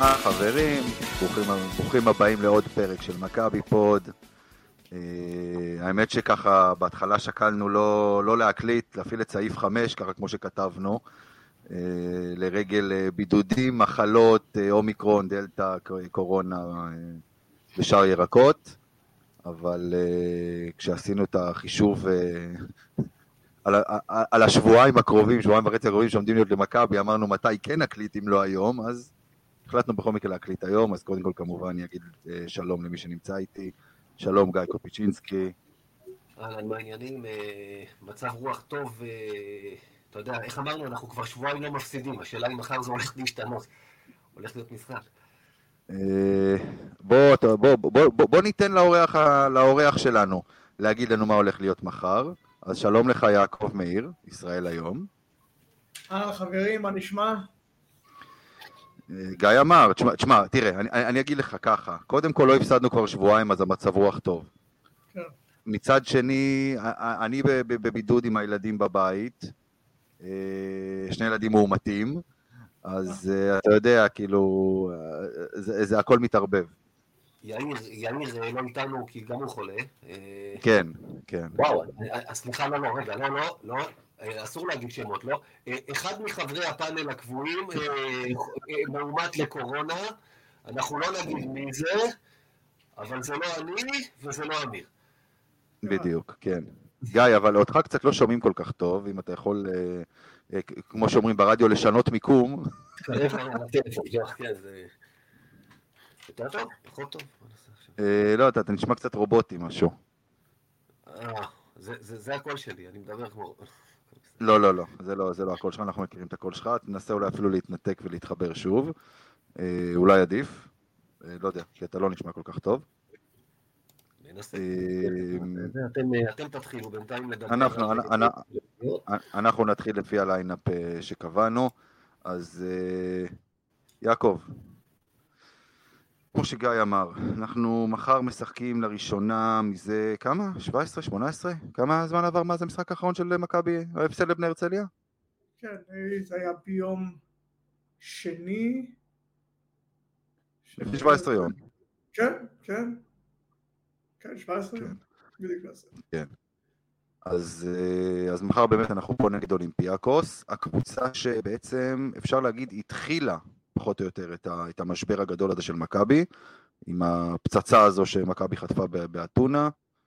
חברים, ברוכים הבאים לעוד פרק של מכבי פוד. האמת שככה בהתחלה שקלנו לא להקליט, להפעיל את סעיף 5, ככה כמו שכתבנו, לרגל בידודים, מחלות, אומיקרון, דלטה, קורונה ושאר ירקות, אבל כשעשינו את החישוב על השבועיים הקרובים, שבועיים וחצי הקרובים שעומדים להיות למכבי, אמרנו מתי כן נקליט אם לא היום, אז החלטנו בכל מקרה להקליט היום. אז קודם כל כמובן אני אגיד שלום למי שנמצא איתי. שלום גיא קופיצ'ינסקי. אהלן, מה העניינים? מצב רוח טוב, אתה יודע, איך אמרנו, אנחנו כבר שבועיים לא מפסידים, השאלה אם מחר זה הולך להשתנות, הולך להיות משחק. בוא ניתן לאורח שלנו להגיד לנו מה הולך להיות מחר. אז שלום לך יעקב מאיר, ישראל היום. חברים, מה נשמע? גיא אמר, תשמע, תראה, אני אגיד לך ככה, קודם כל לא הפסדנו כבר שבועיים, אז המצב רוח טוב. כן. מצד שני, אני בבידוד עם הילדים בבית, שני ילדים מאומתים, אז אתה יודע, כאילו, זה הכל מתערבב. יאיר לא איתנו כי גם הוא חולה. כן, כן. וואו, סליחה, רגע, לא. אסור להגיד שמות, לא? אחד מחברי הפאנל הקבועים מאומת לקורונה, אנחנו לא נגיד מי זה, אבל זה לא אני וזה לא אמיר. בדיוק, כן. גיא, אבל אותך קצת לא שומעים כל כך טוב, אם אתה יכול, כמו שאומרים ברדיו, לשנות מיקום. יותר טוב? פחות טוב? לא, אתה נשמע קצת רובוטי משהו. זה הקול שלי, אני מדבר כמו... לא, זה לא הקול שלך, אנחנו מכירים את הקול שלך, תנסה אולי אפילו להתנתק ולהתחבר שוב, אולי עדיף, לא יודע, כי אתה לא נשמע כל כך טוב. אתם תתחילו בינתיים לדבר. אנחנו נתחיל לפי הליינאפ שקבענו, אז יעקב, כמו שגיא אמר, אנחנו מחר משחקים לראשונה מזה כמה? 17, 18? כמה זמן עבר מאז המשחק האחרון של מכבי, ההפסד לבני הרצליה? כן, זה היה ביום שני. לפני 17 יום. כן, 17 יום. כן. אז מחר באמת אנחנו פה נגד אולימפיאקוס, הקבוצה שבעצם אפשר להגיד התחילה פחות או יותר את המשבר הגדול הזה של מכבי, עם הפצצה הזו שמכבי חטפה באתונה.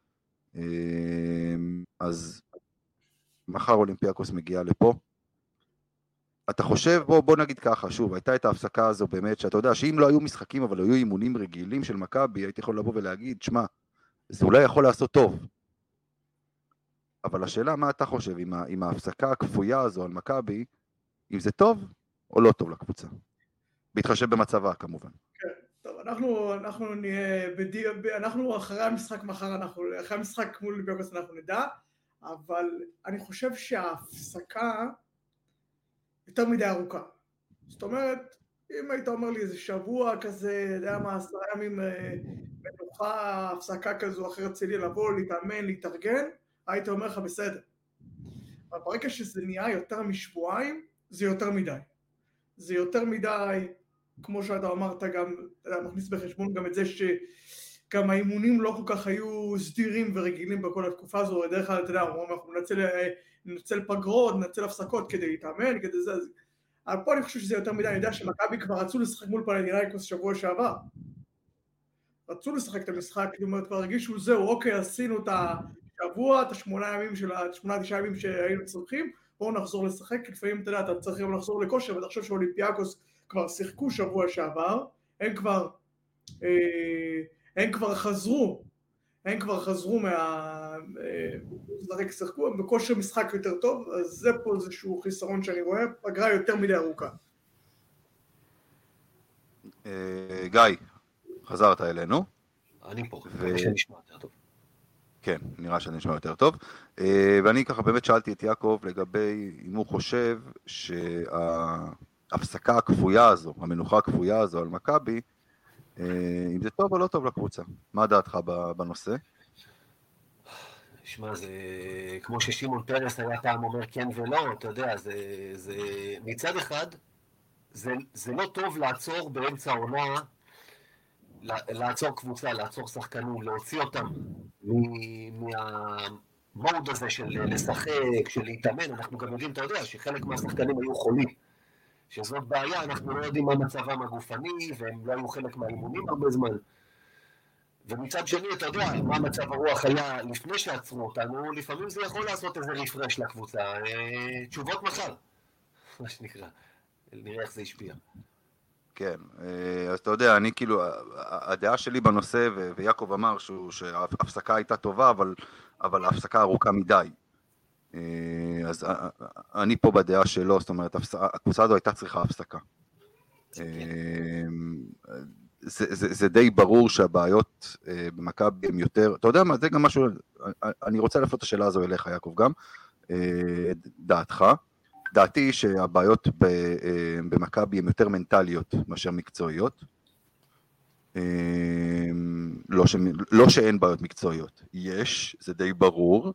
אז מחר אולימפיאקוס מגיעה לפה. אתה חושב, בוא נגיד ככה, שוב, הייתה את ההפסקה הזו באמת, שאתה יודע שאם לא היו משחקים אבל היו אימונים רגילים של מכבי, הייתי יכול לבוא ולהגיד, שמע, זה אולי יכול לעשות טוב. אבל השאלה מה אתה חושב, עם ההפסקה הכפויה הזו על מכבי, אם זה טוב או לא טוב לקבוצה? בהתחשב במצבה כמובן. כן, טוב, אנחנו נהיה, אנחנו אחרי המשחק מחר, אחרי המשחק מול אולימפיאקוס אנחנו נדע, אבל אני חושב שההפסקה יותר מדי ארוכה. זאת אומרת, אם היית אומר לי איזה שבוע כזה, יודע מה, 10 ימים מנוחה, הפסקה כזו אחרת צלי לבוא, להתאמן, להתארגן, הייתי אומר לך בסדר. אבל ברגע שזה נהיה יותר משבועיים, זה יותר מדי. זה יותר מדי, כמו שאתה אמרת גם, מכניס בחשבון גם את זה שגם האימונים לא כל כך היו סדירים ורגילים בכל התקופה הזו, בדרך כלל, אתה יודע, אנחנו ננצל פגרות, ננצל הפסקות כדי להתאמן, כדי זה, אבל פה אני חושב שזה יותר מדי, אני יודע שמכבי כבר רצו לשחק מול פנתינייקוס שבוע שעבר. רצו לשחק את המשחק, זאת אומרת, כבר הרגישו זהו, אוקיי, עשינו את השבוע, את 8-9 ימים שהיינו צריכים, בואו נחזור לשחק, לפעמים אתה יודע, אתה צריך גם לחזור לכושר, ואתה חושב שאולימפיאקוס כבר שיחקו שבוע שעבר, הם כבר חזרו שיחקו, הם בכושר משחק יותר טוב, אז זה פה איזשהו חיסרון שאני רואה, פגרה יותר מדי ארוכה. גיא, חזרת אלינו. אני פה, מקווה שנשמע יותר טוב. כן, נראה שאני נשמע יותר טוב. ואני ככה באמת שאלתי את יעקב לגבי אם הוא חושב שההפסקה הכפויה הזו, המנוחה הכפויה הזו על מכבי, אם זה טוב או לא טוב לקבוצה. מה דעתך בנושא? שמע, זה כמו ששימון פרס היה פעם אומר כן ולא, אתה יודע, זה מצד אחד, זה לא טוב לעצור באמצע העונה, לעצור קבוצה, לעצור שחקנים, להוציא אותם מהמוד הזה של לשחק, של להתאמן. אנחנו גם יודעים, אתה יודע, שחלק מהשחקנים היו חולים. שזאת בעיה, אנחנו לא יודעים מה מצבם הגופני, והם לא היו חלק מהאימונים הרבה זמן. ומצד שני, אתה יודע, מה מצב הרוח היה לפני שעצרו אותנו, לפעמים זה יכול לעשות איזה רפרש לקבוצה. תשובות מחר, מה שנקרא. נראה איך זה השפיע. כן, אז אתה יודע, אני כאילו, הדעה שלי בנושא, ויעקב אמר שההפסקה הייתה טובה, אבל ההפסקה ארוכה מדי. אז אני פה בדעה שלו, זאת אומרת, הקבוצה הזו הייתה צריכה הפסקה. זה די ברור שהבעיות במכבי הם יותר, אתה יודע מה, זה גם משהו, אני רוצה להפנות את השאלה הזו אליך, יעקב, גם, דעתך. דעתי שהבעיות במכבי הן יותר מנטליות מאשר מקצועיות. לא שאין בעיות מקצועיות, יש, זה די ברור,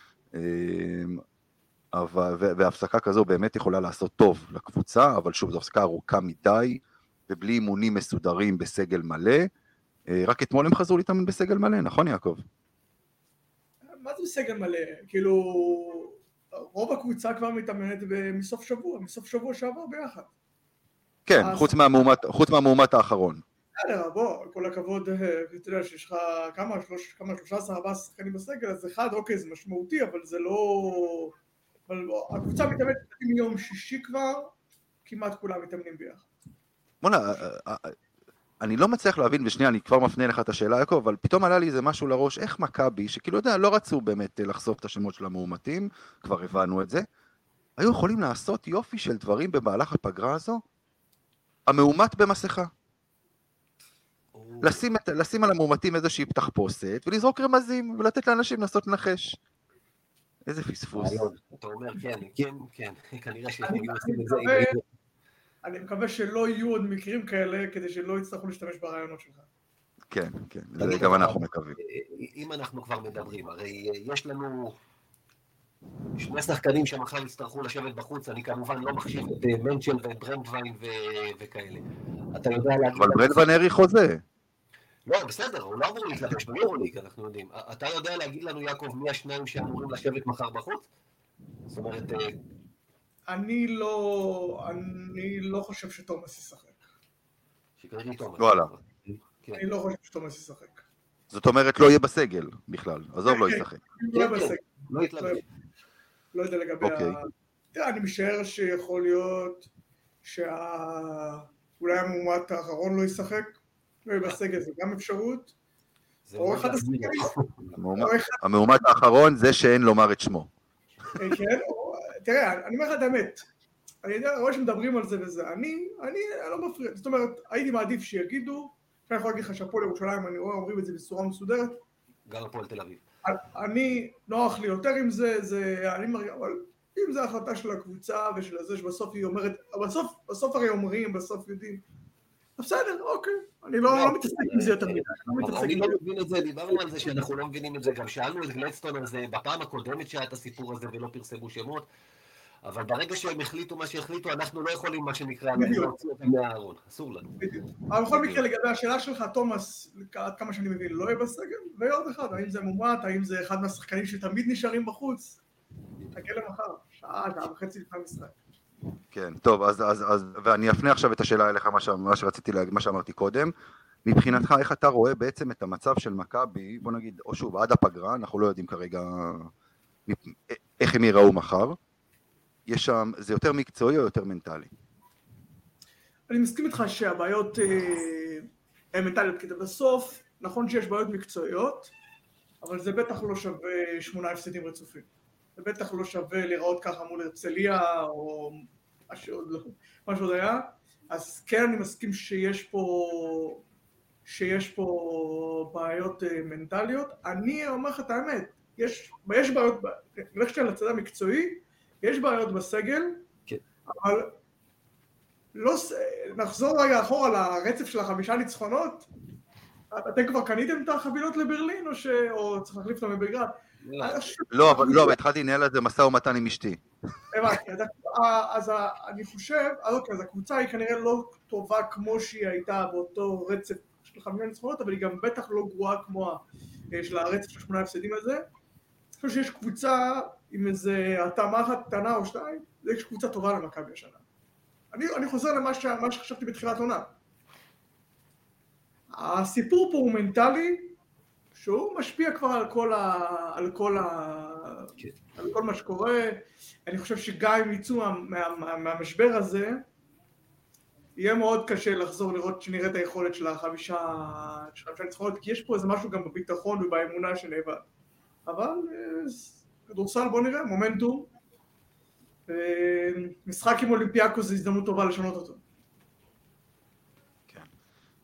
והפסקה כזו באמת יכולה לעשות טוב לקבוצה, אבל שוב, זו הפסקה ארוכה מדי, ובלי אימונים מסודרים בסגל מלא. רק אתמול הם חזרו להתאמן בסגל מלא, נכון יעקב? מה זה בסגל מלא? כאילו, רוב הקבוצה כבר מתאמנת מסוף שבוע שעבר ביחד. כן, חוץ מהמאומת האחרון. בוא, כל הכבוד, אתה יודע שיש לך כמה 13-14 שחקנים בסגל, אז אחד, אוקיי, זה משמעותי, אבל זה לא... אבל הקבוצה מתאמנת מיום שישי כבר, כמעט כולם מתאמנים ביחד. בונה, אני לא מצליח להבין, ושנייה, אני כבר מפנה לך את השאלה, יעקב, אבל פתאום עלה לי איזה משהו לראש, איך מכבי, שכאילו יודע, לא רצו באמת לחשוף את השמות של המאומתים, כבר הבנו את זה, היו יכולים לעשות יופי של דברים במהלך הפגרה הזו, המאומת במסכה. לשים על המאומתים איזושהי תחפושת, ולזרוק רמזים, ולתת לאנשים לנסות לנחש. איזה פספוס. אתה אומר, כן, כנראה שיכולים לעשות את זה. אני מקווה שלא יהיו עוד מקרים כאלה, כדי שלא יצטרכו להשתמש ברעיונות שלך. כן, זה גם אנחנו מקווים. אם אנחנו כבר מדברים, הרי יש לנו שני שחקנים שמחר יצטרכו לשבת בחוץ, אני כמובן לא מחשיב את מנצ'ל ואת ברנדווין וכאלה. אתה יודע להגיד... אבל ברנדווין האריך חוזה. לא, בסדר, הוא לא אמור להתלבש ביורוליג, אנחנו יודעים. אתה יודע להגיד לנו, יעקב, מי השניים שאמורים לשבת מחר בחוץ? זאת אומרת... אני לא חושב שתומאס ישחק. שקראתי תומאס. וואלה. אני לא חושב שתומאס ישחק. זאת אומרת, לא יהיה בסגל בכלל, עזוב לא ישחק. לא יהיה בסגל. לא יתלבש. לא יודע לגבי תראה, אני משער שיכול להיות שאולי המאומת האחרון לא ישחק, לא יהיה בסגל, זה גם אפשרות. או אחד השחקנים. המאומת האחרון זה שאין לומר את שמו. כן, תראה, אני אומר לך את האמת, אני רואה שמדברים על זה וזה, אני לא מפריע, זאת אומרת, הייתי מעדיף שיגידו, שאני יכול להגיד לך שהפועל ירושלים, אני רואה, אומרים את זה בצורה מסודרת. גם הפועל תל אביב. אני נוח לי יותר עם זה, אני מרגיש, אבל אם זה החלטה של הקבוצה ושל זה שבסוף היא אומרת, בסוף הרי אומרים, בסוף יודעים, בסדר, אוקיי, אני לא מתעסק עם זה יותר מדי. אני לא מבין את זה, דיברנו על זה שאנחנו לא מבינים את זה, גם שאלנו את גלדסטון על זה בפעם הקודמת שהיה את הסיפור הזה ולא פרסמו שמות, אבל ברגע שהם החליטו מה שהחליטו, אנחנו לא יכולים מה שנקרא להוציא אותם מהארון, אסור לנו. אבל בכל מקרה לגבי השאלה שלך, תומאס, עד כמה שאני מבין, לא יהיה בסגל, ועוד אחד, האם זה מומט, האם זה אחד מהשחקנים שתמיד נשארים בחוץ, תגיע למחר, שעה וחצי לפני המשחק. כן, טוב, אז ואני אפנה עכשיו את השאלה אליך, מה שרציתי להגיד, מה שאמרתי קודם. מבחינתך, איך אתה רואה בעצם את המצב של מכבי, בוא נגיד, או שוב, עד הפגרה, אנחנו לא יודעים כרגע איך הם ייראו מחר. יש שם, זה יותר מקצועי או יותר מנטלי? אני מסכים איתך שהבעיות הן מנטליות, כי בסוף, נכון שיש בעיות מקצועיות, אבל זה בטח לא שווה 8 הפסדים רצופים. זה בטח לא שווה לראות ככה מול הרצליה, או מה שעוד היה. אז כן, אני מסכים שיש פה בעיות מנטליות. אני אומר לך את האמת, יש בעיות, נלך שנייה לצד המקצועי, יש בעיות בסגל, כן. אבל נחזור רגע אחורה לרצף של 5 ניצחונות. אתם כבר קניתם את החבילות לברלין, או צריך להחליף אותם בבלגרד? לא, אבל התחלתי לנהל את זה משא ומתן עם אשתי. אז אני חושב, אז הקבוצה היא כנראה לא טובה כמו שהיא הייתה באותו רצף של 5 ניצחונות, אבל היא גם בטח לא גרועה כמו של הרצף של 8 הפסדים הזה. אני חושב שיש קבוצה עם איזה התאמה אחת קטנה או שתיים, יש קבוצה טובה למכבי השנה. אני חוזר למה שחשבתי בתחילת עונה. הסיפור פה הוא מנטלי, שהוא משפיע כבר על כל מה שקורה. אני חושב שגם אם יצאו מהמשבר הזה, יהיה מאוד קשה לחזור לראות שנראה את היכולת של החמישה ניצחונות, כי יש פה איזה משהו גם בביטחון ובאמונה שנאבד. אבל כדורסל, בוא נראה, מומנטום. משחק עם אולימפיאקוס זה הזדמנות טובה לשנות אותו. כן.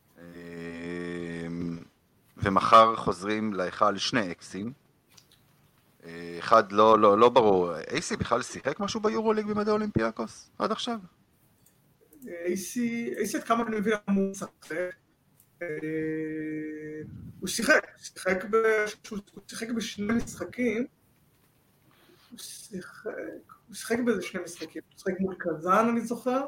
ומחר חוזרים להיכל שני אקסים. אחד לא ברור. אייסי בכלל שיחק משהו ביורוליג במדי אולימפיאקוס עד עכשיו? אייסי עד כמה אני מבין אמור לשחק. הוא שיחק בשני משחקים. הוא שיחק באיזה שני משחקים. הוא שיחק מול קזן, אני זוכר.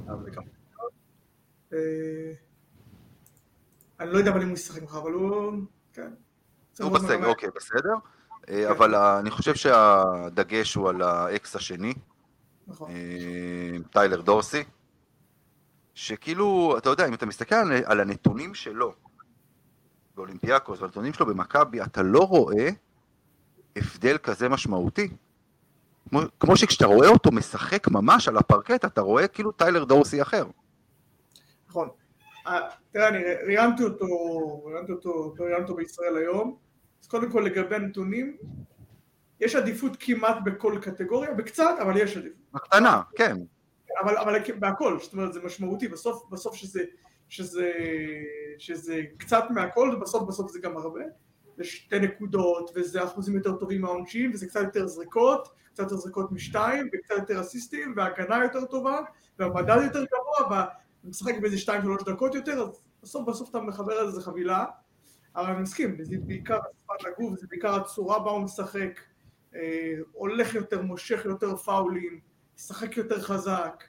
אני לא יודע אם הוא ישחק מחר, אבל הוא... כן. הוא בסגל, אוקיי, בסדר. אבל אני חושב שהדגש הוא על האקס השני. נכון. טיילר דורסי. שכאילו, אתה יודע, אם אתה מסתכל על הנתונים שלו באולימפיאקוס, והנתונים שלו במכבי, אתה לא רואה הבדל כזה משמעותי. כמו שכשאתה רואה אותו משחק ממש על הפרקט, אתה רואה כאילו טיילר דורסי אחר. נכון. תראה, אני ראיינתי אותו בישראל היום. אז קודם כל לגבי הנתונים, יש עדיפות כמעט בכל קטגוריה, בקצת, אבל יש עדיפות. הקטנה, כן. אבל בהכל, זאת אומרת, זה משמעותי, בסוף שזה קצת מהכל, בסוף זה גם הרבה. זה 2 נקודות, וזה אחוזים יותר טובים מהעונשין, וזה קצת יותר זריקות משתיים, וקצת יותר אסיסטים, וההגנה יותר טובה, והמדד יותר גבוה, ומשחק באיזה 2-3 דקות יותר, אז בסוף אתה מחבר על זה חבילה. אבל אני מסכים, זה בעיקר שפת הגוף, זה בעיקר הצורה בה הוא משחק, הולך יותר, מושך יותר פאולים, משחק יותר חזק.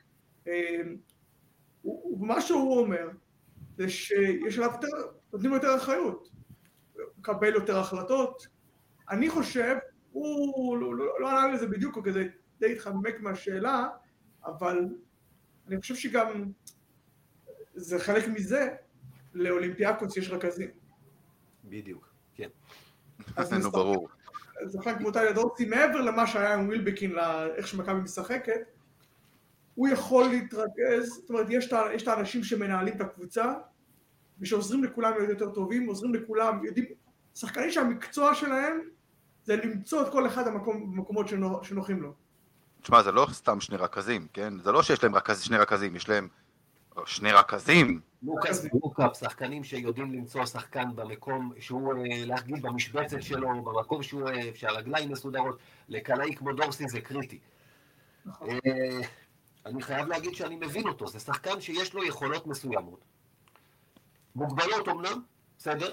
ומה שהוא אומר, זה שיש עליו יותר, נותנים יותר אחריות, מקבל יותר החלטות. אני חושב, הוא לא ענה לזה בדיוק, הוא כזה די התחמק מהשאלה, אבל אני חושב שגם זה חלק מזה, לאולימפיאקוס יש רכזים. בדיוק, כן. אז נו, ברור. זה חלק כמו טיילר דורסי, מעבר למה שהיה עם ווילבקין, איך שמכבי משחקת, הוא יכול להתרכז, זאת אומרת, יש את האנשים שמנהלים את הקבוצה, ושעוזרים לכולם להיות יותר טובים, עוזרים לכולם, יודעים, שחקנים שהמקצוע שלהם, זה למצוא את כל אחד המקומות שנוחים לו. תשמע, זה לא סתם שני רכזים, כן? זה לא שיש להם שני רכזים, יש להם שני רכזים. לוקאפ, שחקנים שיודעים למצוא שחקן במקום שהוא להגיד במשבצת שלו, במקום שהוא אוהב, שהרגליים מסודרות, לקלעי כמו דורסי זה קריטי. אני חייב להגיד שאני מבין אותו, זה שחקן שיש לו יכולות מסוימות. מוגבלות אמנם, בסדר?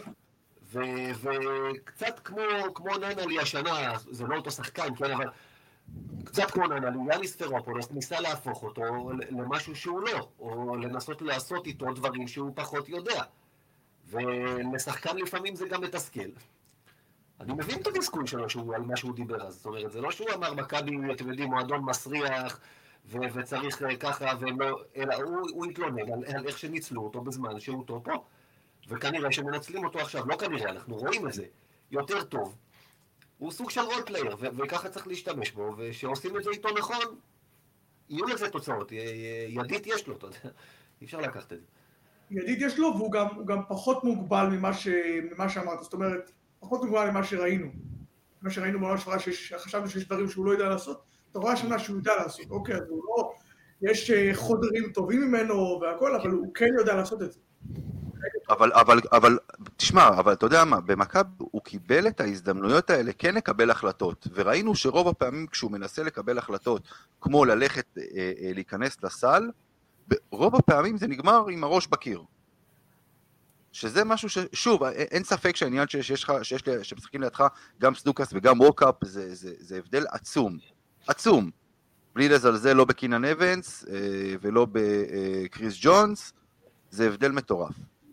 וקצת כמו ננלי השנה, זה לא אותו שחקן, כן, אבל קצת כמו ננלי, יאניס פרופולוס ניסה להפוך אותו למשהו שהוא לא, או לנסות לעשות איתו דברים שהוא פחות יודע. ולשחקן לפעמים זה גם מתסכל. אני מבין את התסכול שלו על מה שהוא דיבר אז, זאת אומרת, זה לא שהוא אמר מכבי, אתם יודעים, מועדון מסריח, וצריך ככה, אלא הוא התלונן על איך שניצלו אותו בזמן שהוא אותו פה. וכנראה שמנצלים אותו עכשיו, לא כנראה, אנחנו רואים את זה, יותר טוב. הוא סוג של רול פלייר, וככה צריך להשתמש בו, ושעושים את זה איתו נכון, יהיו לזה תוצאות, ידית יש לו, אתה יודע, אי אפשר לקחת את זה. ידית יש לו, והוא גם פחות מוגבל ממה שאמרת, זאת אומרת, פחות מוגבל ממה שראינו. מה שראינו בעונה שעברה, שחשבנו שיש דברים שהוא לא יודע לעשות, אתה רואה השנה שהוא יודע לעשות, אוקיי, אז הוא לא, יש חודרים טובים ממנו והכל, אבל הוא כן יודע לעשות את זה. אבל תשמע, אבל אתה יודע מה, במכבי הוא קיבל את ההזדמנויות האלה כן לקבל החלטות, וראינו שרוב הפעמים כשהוא מנסה לקבל החלטות, כמו ללכת להיכנס לסל, רוב הפעמים זה נגמר עם הראש בקיר. שזה משהו ששוב, אין ספק שהעניין שמשחקים לידך גם סדוקס וגם ווקאפ, זה הבדל עצום, עצום. בלי לזלזל לא בקינן אבנס ולא בקריס ג'ונס, זה הבדל מטורף.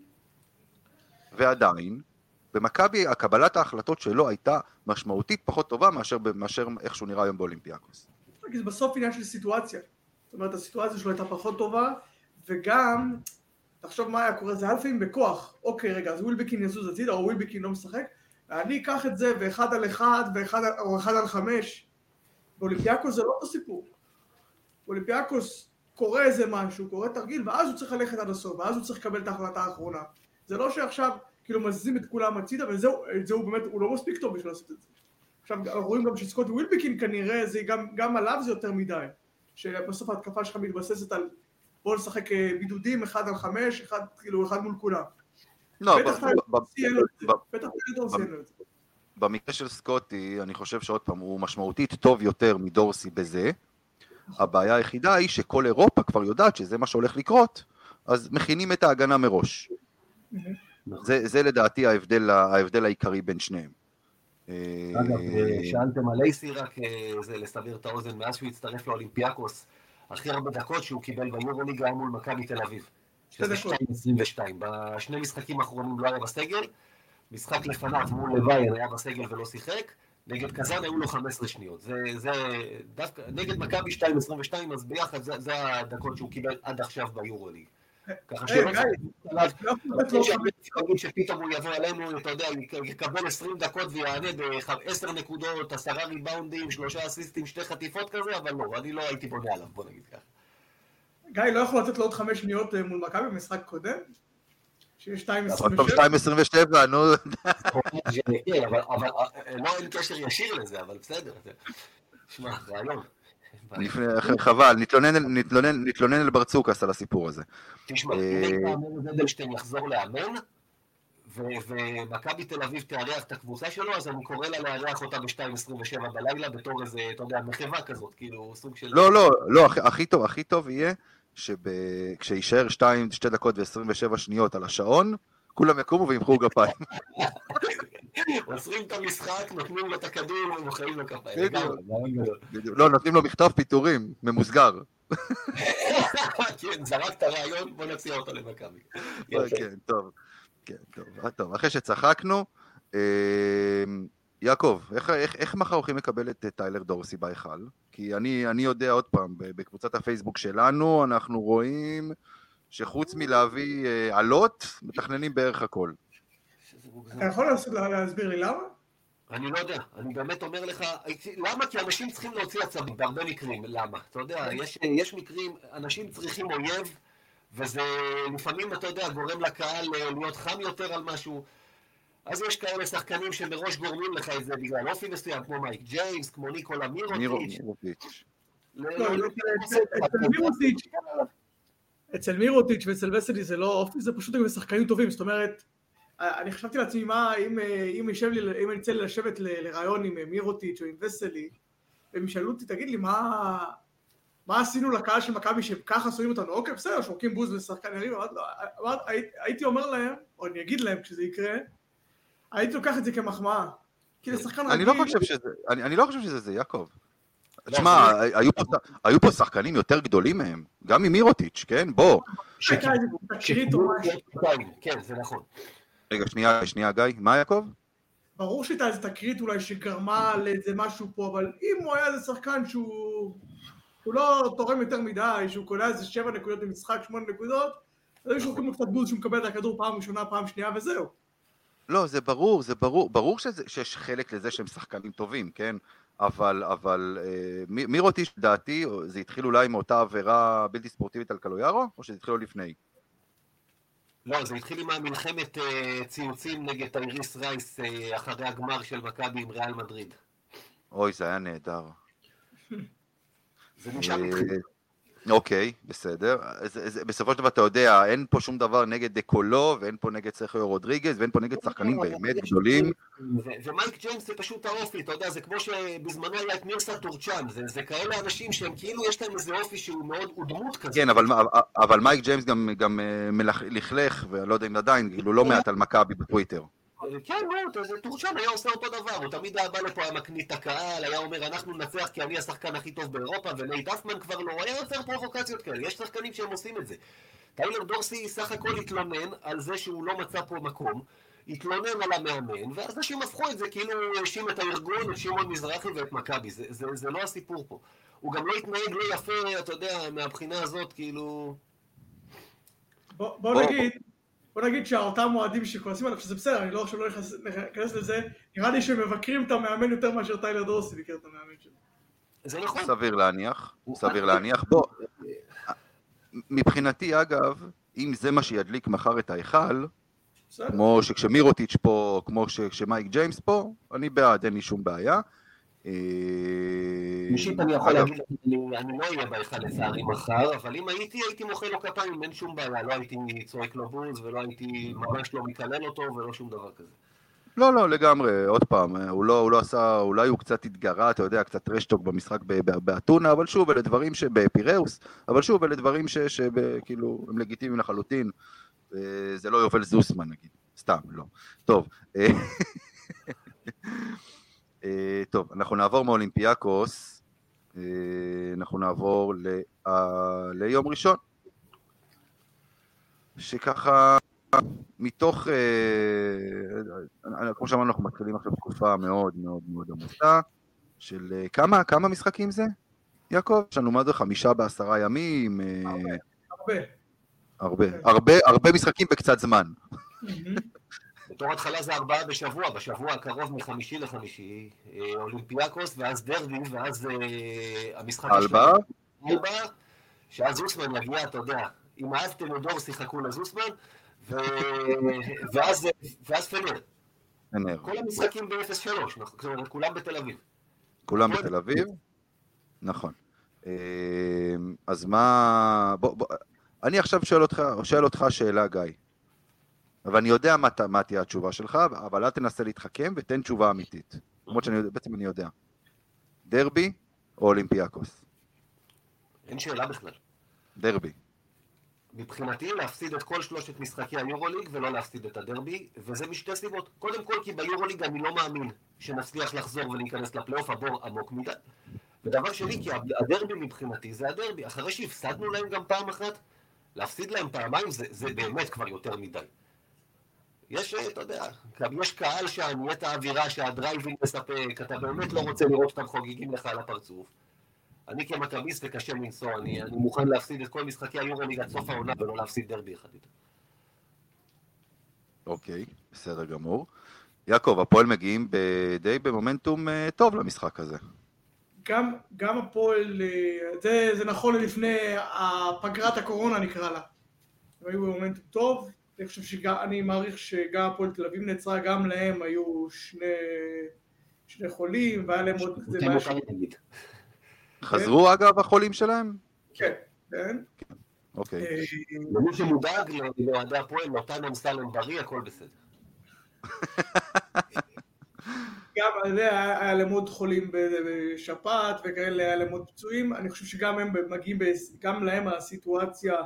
ועדיין, במכבי הקבלת ההחלטות שלו הייתה משמעותית פחות טובה מאשר איך שהוא נראה היום באולימפיאקוס. זה בסוף עניין של סיטואציה. זאת אומרת, הסיטואציה שלו הייתה פחות טובה, וגם, תחשוב מה היה קורה, זה היה לפעמים בכוח. אוקיי, רגע, אז ווילבקין יזוז הצידה, או ווילבקין לא משחק, ואני אקח את זה ואחד על אחד, או אחד על 5. באולימפיאקוס זה לא אותו סיפור. באולימפיאקוס קורה איזה משהו, קורה תרגיל, ואז הוא צריך ללכת עד הסוף, ואז הוא צריך לקבל את ההחלטה האחרונה. זה לא שעכשיו כאילו מזיזים את כולם הצידה, וזהו באמת, הוא לא מספיק טוב בשביל לעשות את זה. עכשיו, רואים גם שסקוטי ווילבקין כנראה, זה גם עליו זה יותר מדי. שבסוף ההתקפה שלך מתבססת על בוא לשחק בידודים 1 על 5, אחד מול כולם. לא, בטח במקרה של סקוטי, אני חושב שעוד פעם, הוא משמעותית טוב יותר מדורסי בזה. הבעיה היחידה היא שכל אירופה כבר יודעת שזה מה שהולך לקרות, אז מכינים את ההגנה מראש. זה לדעתי ההבדל העיקרי בין שניהם. אגב, שאלתם על אייסי רק זה לסבר את האוזן, מאז שהוא הצטרף לאולימפיאקוס, הכי הרבה דקות שהוא קיבל ביורוליגה מול מכבי תל אביב. שזה 2.22. בשני משחקים האחרונים לא היה בסגל, משחק לפניו מול לויין היה בסגל ולא שיחק, נגד קזן היו לו 15 שניות. זה דווקא, נגד מכבי 2.22, אז ביחד זה הדקות שהוא קיבל עד עכשיו ביורוליג. ככה שלא להגיד שפתאום הוא יבוא עלינו, אתה יודע, יקבל 20 דקות ויענה ב10 נקודות, 10 ריבאונדים, 3 אסיסטים, 2 חטיפות כזה, אבל לא, אני לא הייתי בונה עליו, בוא נגיד ככה. גיא, לא יכול לתת לו עוד 5 שניות מול מכבי במשחק קודם? שיש 2.27? 2.27, נו. אבל לא אין קשר ישיר לזה, אבל בסדר. שמע, רעיון. חבל, נתלונן אל ברצוקס על הסיפור הזה. תשמע, אם מאמן אדלשטיין יחזור לאמן, ומכבי תל אביב תארח את הקבוצה שלו, אז אני קורא לה לארח אותה ב-2.27 בלילה, בתור איזה, אתה יודע, מחווה כזאת, כאילו, סוג של... לא, הכי טוב יהיה, שכשישאר 2 דקות ו-27 שניות על השעון, כולם יקומו וימחאו גפיים. עוצרים את המשחק, נותנים לו את הכדור ומוחאים לו כפיים. לא, נותנים לו מכתב פיטורים, ממוסגר. כן, זרק את הרעיון, בוא נציע אותו למכבי. כן, טוב. אחרי שצחקנו, יעקב, איך מחר הולכים לקבל את טיילר דורסי בהיכל? כי אני יודע עוד פעם, בקבוצת הפייסבוק שלנו, אנחנו רואים שחוץ מלהביא עלות, מתכננים בערך הכל. אתה יכול להסביר לי למה? אני לא יודע, אני באמת אומר לך, למה? כי אנשים צריכים להוציא עצבים, בהרבה מקרים, למה? אתה יודע, יש מקרים, אנשים צריכים אויב, וזה לפעמים, אתה יודע, גורם לקהל להיות חם יותר על משהו, אז יש כאלה שחקנים שמראש גורמים לך את זה בגלל אופי מסוים, כמו מייק ג'יימס, כמו ניקולה מירוטיץ'. אצל מירוטיץ' ואצל וסלי זה לא אופי, זה פשוט גם שחקנים טובים, זאת אומרת, אני חשבתי לעצמי מה, אם אני אצא לי לשבת לרעיון עם מירוטיץ' או עם וסלי, והם שאלו אותי, תגיד לי, מה עשינו לקהל של מכבי שככה שונאים אותנו? אוקיי, בסדר, שורקים בוז לשחקן יריב, הייתי אומר להם, או אני אגיד להם כשזה יקרה, הייתי לוקח את זה כמחמאה. אני לא חושב שזה יעקב. תשמע, היו פה שחקנים יותר גדולים מהם, גם ממירוטיץ', כן? בוא. כן, זה נכון. רגע, שנייה, גיא, מה יעקב? ברור שהייתה איזו תקרית אולי שגרמה לאיזה משהו פה, אבל אם הוא היה איזה שחקן שהוא לא תורם יותר מדי, שהוא קולע איזה 7 נקודות במשחק, 8 נקודות, אז יש לו קצת בוז שהוא מקבל את הכדור פעם ראשונה, פעם שנייה וזהו. לא, זה ברור שיש חלק לזה שהם שחקנים טובים, כן? אבל מירוטיץ' דעתי, זה התחיל אולי מאותה עבירה בלתי ספורטיבית על קלויארו, או שזה התחיל לפני? לא, זה התחיל עם המלחמת ציוצים נגד טייריס רייס אחרי הגמר של מכבי עם ריאל מדריד. אוי, זה היה נהדר. זה משם התחיל. אוקיי, בסדר. בסופו של דבר אתה יודע, אין פה שום דבר נגד דקולו, ואין פה נגד סרחיו רודריגז, ואין פה נגד שחקנים באמת גדולים. ומייק ג'יימס זה פשוט האופי, אתה יודע, זה כמו שבזמנו היה את מירסה טורצ'אן, זה כאלה אנשים שהם כאילו יש להם איזה אופי שהוא מאוד דמות כזה. כן, אבל מייק ג'יימס גם לכלך, ולא יודע אם עדיין, כאילו לא מעט על מכבי בטוויטר. כן, לא, טורשן היה עושה אותו דבר, הוא תמיד היה בא לפה, היה מקנית את הקהל, היה אומר, אנחנו ננצח כי אני השחקן הכי טוב באירופה, ונייט אפמן כבר לא, היה יוצר פרובוקציות כאלה, יש שחקנים שהם עושים את זה. טיילר דורסי סך הכל התלונן על זה שהוא לא מצא פה מקום, התלונן על המאמן, ואז אנשים הפכו את זה, כאילו הוא האשים את הארגון, את שמעון מזרחי ואת מכבי, זה לא הסיפור פה. הוא גם לא התנהג לא יפה, אתה יודע, מהבחינה הזאת, כאילו... בוא נגיד שאותם מועדים שכועסים עליו, שזה בסדר, אני לא עכשיו לא נכנס לזה, נראה לי שמבקרים את המאמן יותר מאשר טיילר דורסי ביקר את המאמן שלו. זה נכון. סביר להניח. בוא, מבחינתי אגב, אם זה מה שידליק מחר את ההיכל, כמו שכשמירוטיץ' פה, כמו שכשמייק ג'יימס פה, אני בעד, אין לי שום בעיה. אישית אני יכול להגיד, אני לא אהיה בהיכל לצערי מחר, אבל אם הייתי מוחא לו כפיים, אין שום בעיה, לא הייתי צועק לו בוז, ולא הייתי ממש לא מקלל אותו, ולא שום דבר כזה. לא, לגמרי, עוד פעם, הוא לא עשה, אולי הוא קצת התגרה, אתה יודע, קצת רשטוק במשחק באתונה, אבל שוב, אלה דברים שבפיראוס, אבל שוב, אלה דברים שכאילו, הם לגיטימיים לחלוטין, זה לא יובל זוסמן, נגיד, סתם, לא. טוב, טוב, אנחנו נעבור מאולימפיאקוס, אנחנו נעבור ליום ראשון, שככה מתוך, כמו שאמרנו, אנחנו מתחילים עכשיו תקופה מאוד מאוד מאוד עמוסה, של כמה משחקים זה, יעקב? יש לנו מה זה 5 ב10 ימים? הרבה משחקים בקצת זמן. בתור התחלה זה 4 בשבוע הקרוב מ5 ל5, אולימפיאקוס, ואז דרבי, ואז המשחק אלבה, שאז זוסמן יגיע, אתה יודע, אם אהבתם לדור שיחקו לזוסמן, ואז פנר. כל המשחקים ב-0-3, כולם בתל אביב. כולם בתל אביב? נכון. אז מה... אני עכשיו שואל אותך שאלה, גיא. אבל אני יודע מה תהיה התשובה שלך, אבל אל תנסה להתחכם ותן תשובה אמיתית. למרות שבעצם אני יודע. דרבי או אולימפיאקוס? אין שאלה בכלל. דרבי. מבחינתי להפסיד את כל 3 משחקי היורוליג ולא להפסיד את הדרבי, וזה משתי סיבות. קודם כל כי ביורוליג אני לא מאמין שנצליח לחזור ולהיכנס לפלייאוף, הבור עמוק מדי. ודבר שני, כי הדרבי מבחינתי זה הדרבי. אחרי שהפסדנו להם גם פעם אחת, להפסיד להם פעמיים זה באמת כבר יותר מדי. יש, אתה יודע, יש קהל שנהיית האווירה שהדרייבין מספק, אתה באמת לא רוצה לראות אותם חוגגים לך על הפרצוף. אני כמכביסט וקשה לנסוע, אני מוכן להפסיד את כל משחקי היורוליג עד סוף העונה ולא להפסיד דרבי אחד איתה. אוקיי, בסדר גמור. יעקב, הפועל מגיעים די במומנטום טוב למשחק הזה. גם הפועל, זה נכון לפני הפגרת הקורונה נקרא לה. הם היו במומנטום טוב, אני מעריך שגם הפועל תל אביב נצרה, גם להם היו שני חולים, והיה להם עוד... חזרו אגב החולים שלהם? כן. אוקיי. למי שמודאג לאוהדי הפועל, נותן אמסלם בריא, הכל בסדר. גם היה להם עוד חולים בשפעת וכאלה, היה להם עוד פצועים, אני חושב שגם הם מגיעים, גם להם הסיטואציה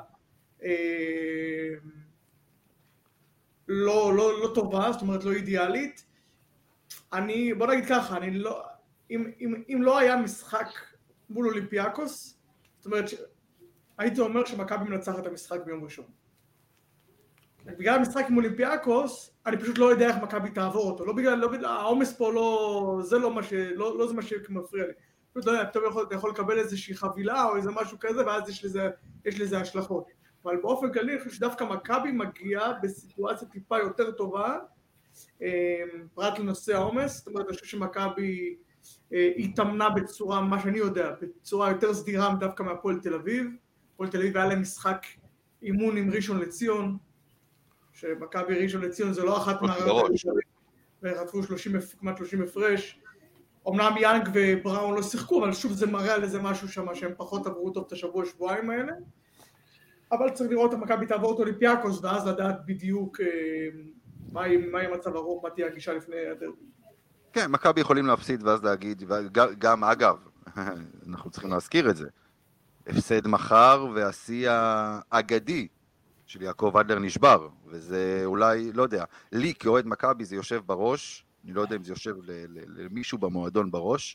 לא טובה, זאת אומרת לא אידיאלית. בוא נגיד ככה, אם לא היה משחק מול אולימפיאקוס, זאת אומרת, הייתי אומר שמכבי מנצחת את המשחק ביום ראשון. בגלל המשחק עם אולימפיאקוס, אני פשוט לא יודע איך מכבי תעבור אותו. לא בגלל, העומס פה זה לא זה מה שמפריע לי. פשוט לא יודע, פתאום אתה יכול לקבל איזושהי חבילה או איזה משהו כזה, ואז יש לזה השלכות. אבל באופן כללי, אני חושב שדווקא מכבי מגיעה בסיטואציה טיפה יותר טובה, פרט לנושא העומס. זאת אומרת, אני חושב שמכבי התאמנה בצורה, מה שאני יודע, בצורה יותר סדירה דווקא מהפועל תל אביב. הפועל תל אביב היה להם משחק אימון עם ראשון לציון, שמכבי ראשון לציון זה לא אחת מהרעות הראשונות, וחטפו כמעט 30 הפרש. אמנם יאנג ובראון לא שיחקו, אבל שוב זה מראה על איזה משהו שם שהם פחות עברו טוב את השבוע-שבועיים האלה. אבל צריך לראות את מכבי תעבור את אולימפיאקוס, ואז לדעת בדיוק מה יהיה מצב הרוב, מה תהיה הגישה לפני הדרבי. כן, מכבי יכולים להפסיד ואז להגיד, גם אגב, אנחנו צריכים להזכיר את זה, הפסד מחר והשיא האגדי של יעקב אדלר נשבר, וזה אולי, לא יודע, לי כאוהד מכבי זה יושב בראש, אני לא יודע אם זה יושב למישהו במועדון בראש,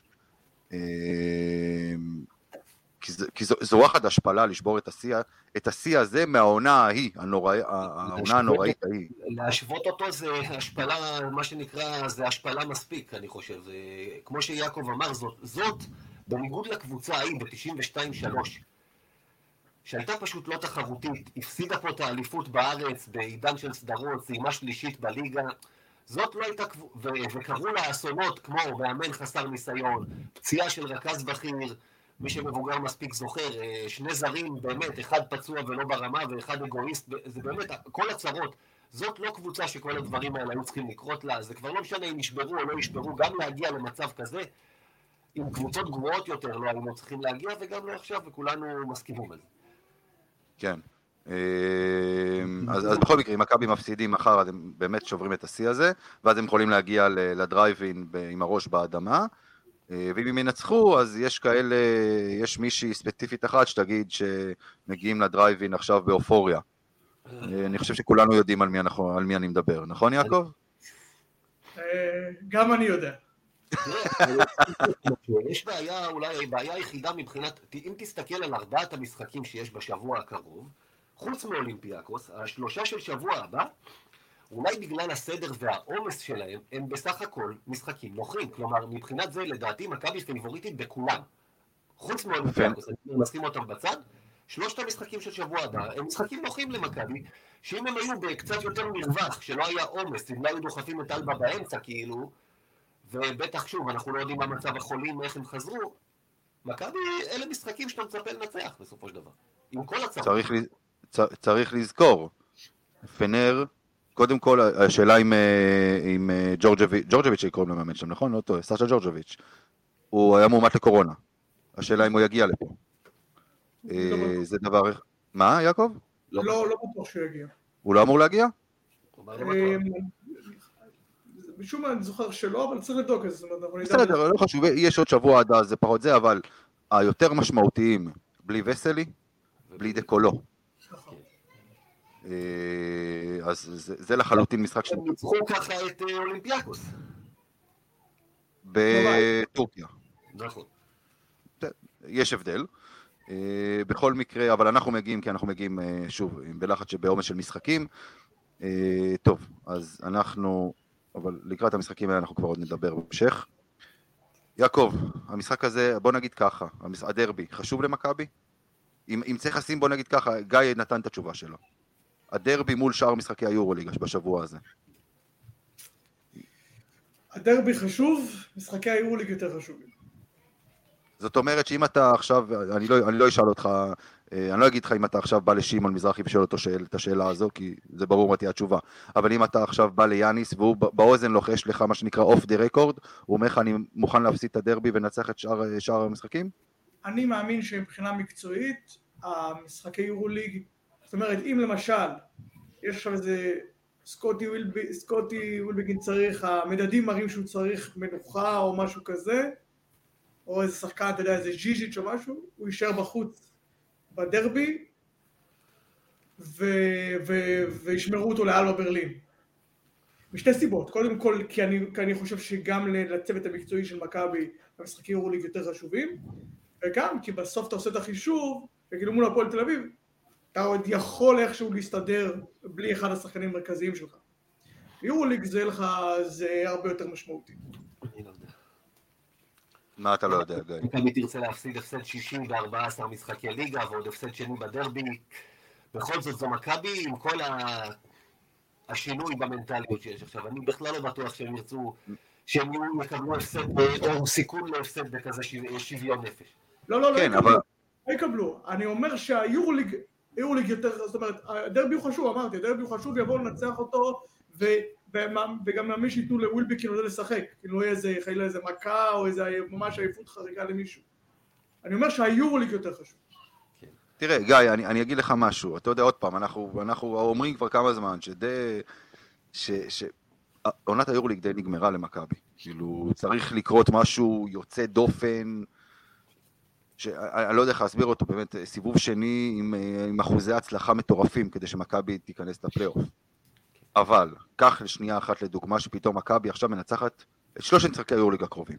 כי זו וואחד השפלה לשבור את השיא הזה מהעונה ההיא, העונה הנוראית ההיא. להשוות אותו זה השפלה, מה שנקרא, זה השפלה מספיק, אני חושב. כמו שיעקב אמר, זאת בניגוד לקבוצה ההיא ב-92-3, שהייתה פשוט לא תחרותית, הפסידה פה את האליפות בארץ בעידן של סדרות, סיימה שלישית בליגה, זאת לא הייתה, וקראו לה אסונות כמו מאמן חסר ניסיון, פציעה של רכז בכיר, מי שמבוגר מספיק זוכר, שני זרים באמת, אחד פצוע ולא ברמה ואחד אגואיסט, זה באמת, כל הצרות, זאת לא קבוצה שכל הדברים האלה היו צריכים לקרות לה, זה כבר לא משנה אם ישברו או לא ישברו, גם להגיע למצב כזה, עם קבוצות גרועות יותר לא היינו צריכים להגיע, וגם לא עכשיו, וכולנו מסכימים על זה. כן. אז בכל מקרה, אם מכבי מפסידים מחר, אז הם באמת שוברים את השיא הזה, ואז הם יכולים להגיע לדרייב-אין עם הראש באדמה, ואם הם ינצחו, אז יש כאלה, יש מישהי ספציפית אחת שתגיד שמגיעים לדרייב-אין עכשיו באופוריה. אני חושב שכולנו יודעים על מי אני מדבר, נכון יעקב? גם אני יודע. יש בעיה, אולי בעיה היחידה מבחינת, אם תסתכל על 4 המשחקים שיש בשבוע הקרוב, חוץ מאולימפיאקוס, השלושה של שבוע הבא, אולי בגלל הסדר והעומס שלהם, הם בסך הכל משחקים נוחים. כלומר, מבחינת זה, לדעתי, מכבי פייבוריטית בכולם. חוץ מאולימפיאקוס, אני מסכים אותם בצד, 3 המשחקים של שבוע הבא, הם משחקים נוחים למכבי, שאם הם היו בקצת יותר מרווח, שלא היה עומס, אם לא היו דוחפים את אלבה באמצע, כאילו, ובטח שוב, אנחנו לא יודעים מה מצב החולים, איך הם חזרו, מכבי, אלה משחקים שאתה מצפה לנצח בסופו של דבר. עם כל הצעות. צריך לזכור, פנר, קודם כל, השאלה עם ג'ורג'ביץ' שקוראים למאמן שם, נכון? לא טועה, סאשה ג'ורג'ביץ'. הוא היה מועמד לקורונה. השאלה אם הוא יגיע לפה. זה דבר... מה, יעקב? לא בטוח שהוא יגיע. הוא לא אמור להגיע? משום מה אני זוכר שלא, אבל צריך לבדוק את זה. בסדר, לא חשוב, יש עוד שבוע עד אז, זה פחות זה, אבל היותר משמעותיים, בלי וסלי, בלי דקולו. אז זה לחלוטין משחק הם ניצחו ככה את אולימפיאקוס. בטורקיה. נכון. יש הבדל. בכל מקרה, אבל אנחנו מגיעים, כי אנחנו מגיעים שוב, בלחץ שבעומס של משחקים. טוב, אז אנחנו, אבל לקראת המשחקים האלה אנחנו כבר עוד נדבר בהמשך. יעקב, המשחק הזה, בוא נגיד ככה, הדרבי, חשוב למכבי? אם צריך לשים, בוא נגיד ככה, גיא נתן את התשובה שלו. הדרבי מול שאר משחקי היורוליגה בשבוע הזה. הדרבי חשוב, משחקי היורוליג יותר חשובים. זאת אומרת שאם אתה עכשיו, אני לא אשאל אותך, אני לא אגיד לך אם אתה עכשיו בא לשמעון מזרחי ושואל אותו את השאלה הזו, כי זה ברור מה תהיה התשובה, אבל אם אתה עכשיו בא ליאניס והוא באוזן לוחש לך מה שנקרא אוף דה רקורד, הוא אומר לך אני מוכן להפסיד את הדרבי ונצח את שאר המשחקים? אני מאמין שמבחינה מקצועית, המשחקי יורוליג, זאת אומרת אם למשל, יש עכשיו איזה סקוטי ווילבגין צריך, המדדים מראים שהוא צריך מנוחה או משהו כזה, או איזה שחקן, אתה יודע, איזה ז'יז'יץ' או משהו, הוא יישאר בחוץ בדרבי, וישמרו אותו לאלבה ברלין. משתי סיבות, קודם כל, כי אני חושב שגם לצוות המקצועי של מכבי, המשחקי יורוליג יותר חשובים, וגם כי בסוף אתה עושה את החישוב, וכאילו מול הפועל תל אביב, אתה עוד יכול איכשהו להסתדר בלי אחד השחקנים המרכזיים שלך. יורוליג זה הרבה יותר משמעותי. אני לא יודע. מה אתה לא יודע, גיא? מכבי תרצה להפסיד הפסד 60 ב-14 משחקי ליגה ועוד הפסד שני בדרבי. בכל זאת זו מכבי עם כל השינוי במנטליות שיש עכשיו. אני בכלל לא בטוח שהם ירצו, שהם יקבלו הפסד או סיכון להפסד בכזה שוויון נפש. לא, כן, לא יקבלו. אני אומר שהיורוליג יותר, זאת אומרת, הדרבי הוא חשוב, אמרתי, הדרבי הוא חשוב, יבואו לנצח אותו, וגם מאמין שייתנו לווילבי כאילו לשחק, כאילו לא יהיה איזה מכה או איזה ממש עייפות חריגה למישהו. אני אומר שהיורוליג יותר חשוב. תראה, גיא, אני אגיד לך משהו, אתה יודע עוד פעם, אנחנו אומרים כבר כמה זמן, עונת היורוליג די נגמרה למכבי, כאילו צריך לקרות משהו יוצא דופן, שאני לא יודע איך להסביר אותו, באמת סיבוב שני עם אחוזי הצלחה מטורפים כדי שמכבי תיכנס לפלייאוף. אבל, קח לשנייה אחת לדוגמה שפתאום מכבי עכשיו מנצחת את 3 משחקי היורוליג הקרובים.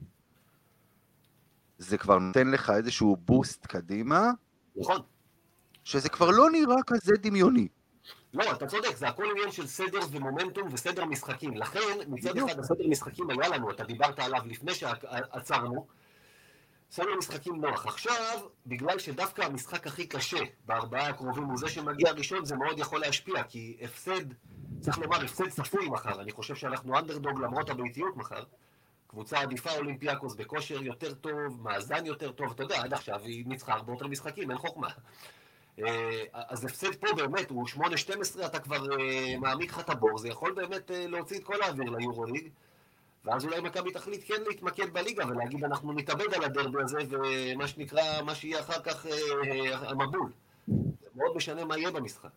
זה כבר נותן לך איזשהו בוסט קדימה, נכון. שזה כבר לא נראה כזה דמיוני. לא, אתה צודק, זה הכל עניין של סדר ומומנטום וסדר משחקים. לכן, מצד אחד, הסדר משחקים היה לנו, אתה דיברת עליו לפני שעצרנו, סדר משחקים נוח. עכשיו, בגלל שדווקא המשחק הכי קשה בארבעה הקרובים הוא זה שמגיע ראשון, זה מאוד יכול להשפיע, כי הפסד, צריך לומר, הפסד צפוי מחר. אני חושב שאנחנו אנדרדוג למרות הביתיות מחר. קבוצה עדיפה אולימפיאקוס בכושר יותר טוב, מאזן יותר טוב, אתה יודע, עד עכשיו היא ניצחה הרבה יותר משחקים, אין חוכמה. אז הפסד פה באמת, הוא 8-12, אתה כבר מעמיק לך את הבור, זה יכול באמת להוציא את כל האוויר ליורוליג, ואז אולי מכבי תחליט כן להתמקד בליגה ולהגיד אנחנו נתאבד על הדרבי הזה, ומה שנקרא, מה שיהיה אחר כך המבול. זה מאוד משנה מה יהיה במשחק.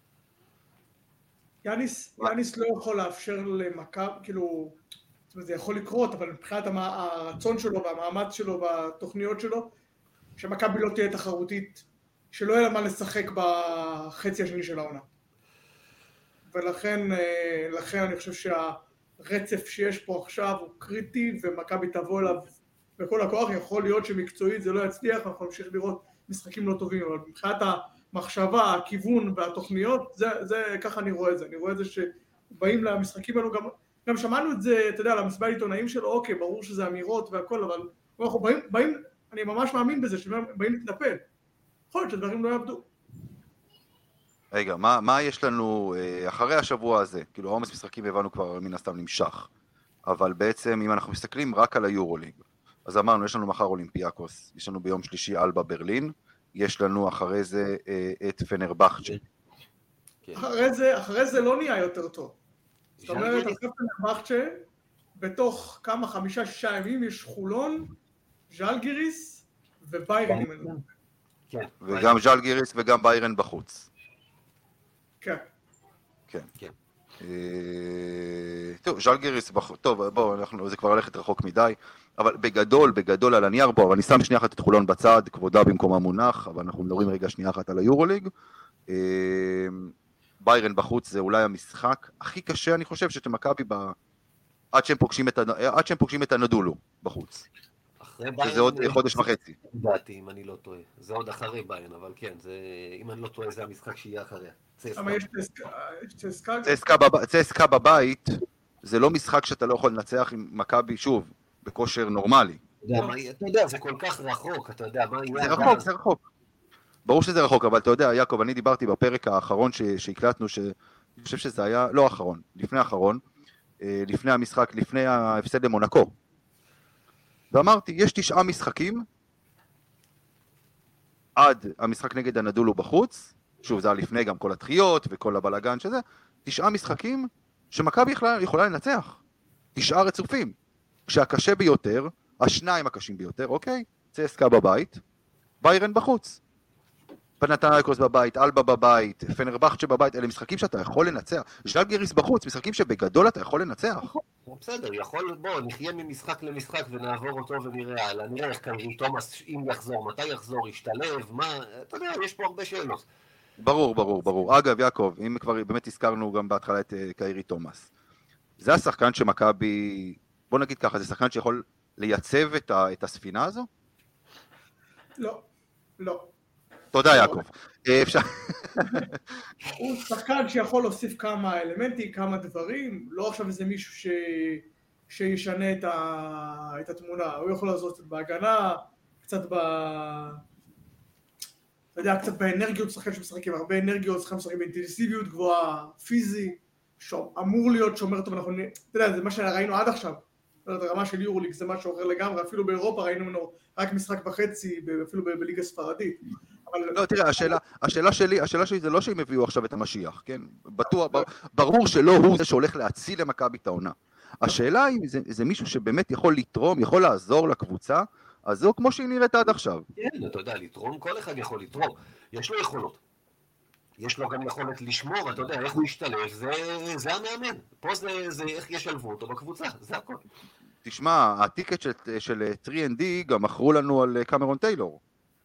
יאניס לא יכול לאפשר למכבי, כאילו, זה יכול לקרות, אבל מבחינת הרצון שלו והמאמץ שלו והתוכניות שלו, שמכבי לא תהיה תחרותית, שלא יהיה לה מה לשחק בחצי השני של העונה. ולכן אני חושב שהרצף שיש פה עכשיו הוא קריטי, ומכבי תבוא אליו בכל הכוח. יכול להיות שמקצועית זה לא יצליח, אנחנו נמשיך לראות משחקים לא טובים, אבל מבחינת המחשבה, הכיוון והתוכניות, זה ככה אני רואה את זה. אני רואה את זה שבאים למשחקים האלו, גם שמענו את זה, אתה יודע, למספר עיתונאים שלו, אוקיי, ברור שזה אמירות והכל, אבל אנחנו באים, אני ממש מאמין בזה, שבאים להתנפל. יכול להיות שדברים לא יעבדו. רגע, מה יש לנו אחרי השבוע הזה? כאילו, העומס משחקים הבנו כבר מן הסתם נמשך. אבל בעצם, אם אנחנו מסתכלים רק על היורוליג, אז אמרנו, יש לנו מחר אולימפיאקוס, יש לנו ביום שלישי אלבה ברלין, יש לנו אחרי זה את פנרבחצ'ה. אחרי זה לא נהיה יותר טוב. זאת אומרת, אחרי פנרבחצ'ה, בתוך כמה 5-6 ימים יש חולון, ז'לגיריס וביירן. וגם ז'לגיריס וגם ביירן בחוץ. כן. כן. טוב, ז'לגיריס בחוץ, טוב, בואו, זה כבר הולכת רחוק מדי, אבל בגדול על הנייר, בואו, אני שם שנייה אחת את חולון בצד, כבודה במקומה מונח, אבל אנחנו מדברים רגע שנייה אחת על היורוליג. ביירן בחוץ זה אולי המשחק הכי קשה, אני חושב, שמכבי עד שהם פוגשים את הנדולו בחוץ. שזה עוד חודש וחצי. דעתי, אם אני לא טועה. זה עוד אחרי ביירן, אבל כן, אם אני לא טועה, זה המשחק שיהיה אחריה. אבל יש צסקה. צסקה בבית, זה לא משחק שאתה לא יכול לנצח עם מכבי, שוב, בכושר נורמלי. אתה יודע, זה כל כך רחוק, אתה יודע, מה יהיה... זה רחוק. ברור שזה רחוק, אבל אתה יודע, יעקב, אני דיברתי בפרק האחרון שהקלטנו, שאני חושב שזה היה, לא האחרון, לפני האחרון, לפני המשחק, לפני ההפסד למונקו. ואמרתי, יש 9 משחקים, עד המשחק נגד הנדולו בחוץ, שוב, זה היה לפני גם כל התחיות וכל הבלגן שזה, 9 משחקים שמכבי יכולה לנצח. 9 רצופים. כשהקשה ביותר, השניים הקשים ביותר, אוקיי? צסקה בבית, ביירן בחוץ. פנתנייקוס בבית, אלבה בבית, פנרבחצ'ה בבית, אלה משחקים שאתה יכול לנצח. ז'לגיריס בחוץ, משחקים שבגדול אתה יכול לנצח. בסדר, בוא, נחיה ממשחק למשחק ונעבור אותו ונראה הלאה. נראה איך קיירי תומאס, אם יחזור, מתי יחזור, ישתלב, מה, אתה יודע, יש פה הרבה שאלות. ברור. אגב, יעקב, אם כבר באמת הזכרנו גם בהתחלה את קיירי תומאס, זה השחקן שמכבי, בוא נגיד ככה, זה שחקן שיכול לייצב את הספינה הזו? לא. תודה, יעקב. אפשר... הוא שחקן שיכול להוסיף כמה אלמנטים, כמה דברים, לא עכשיו איזה מישהו שישנה את התמונה. הוא יכול לעשות קצת בהגנה, קצת אתה יודע, קצת באנרגיות, שחקן שמשחקים הרבה אנרגיות, שחקן שמשחקים באינטנסיביות גבוהה, פיזי, אמור להיות שומר טוב. אתה יודע, זה מה שראינו עד עכשיו. הרמה של יורוליג זה משהו אחר לגמרי, אפילו באירופה ראינו ממנו רק משחק וחצי, אפילו בליגה ספרדית. לא, תראה, השאלה שלי זה לא שהם הביאו עכשיו את המשיח, כן? ברור שלא הוא זה שהולך להציל למכבי את העונה. השאלה היא, זה מישהו שבאמת יכול לתרום, יכול לעזור לקבוצה, אז זהו כמו שהיא נראית עד עכשיו. כן, אתה יודע, לתרום, כל אחד יכול לתרום. יש לו יכולות. יש לו גם יכולת לשמור, אתה יודע, איך הוא ישתלב, זה המאמן. פה זה איך ישלבו אותו בקבוצה, זה הכל. תשמע, הטיקט של 3&D גם מכרו לנו על קמרון טיילור.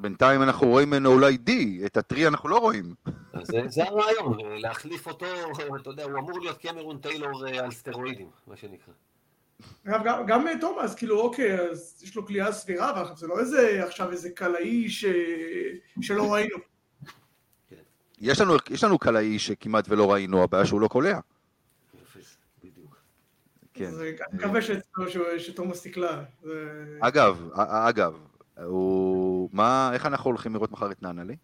בינתיים אנחנו רואים ממנו אולי D, את הטרי אנחנו לא רואים. אז זה הרעיון, להחליף אותו, אתה יודע, הוא אמור להיות קמרון טיילור על סטרואידים, מה שנקרא. גם תומאס, כאילו, אוקיי, אז יש לו כלייה סבירה, אבל זה לא עכשיו איזה קלעי שלא ראינו. יש לנו קלעי שכמעט ולא ראינו, הבעיה שהוא לא קולע. בדיוק. כן. אני מקווה שתומאס תקלע. אגב, איך אנחנו הולכים לראות מחר את ננלי?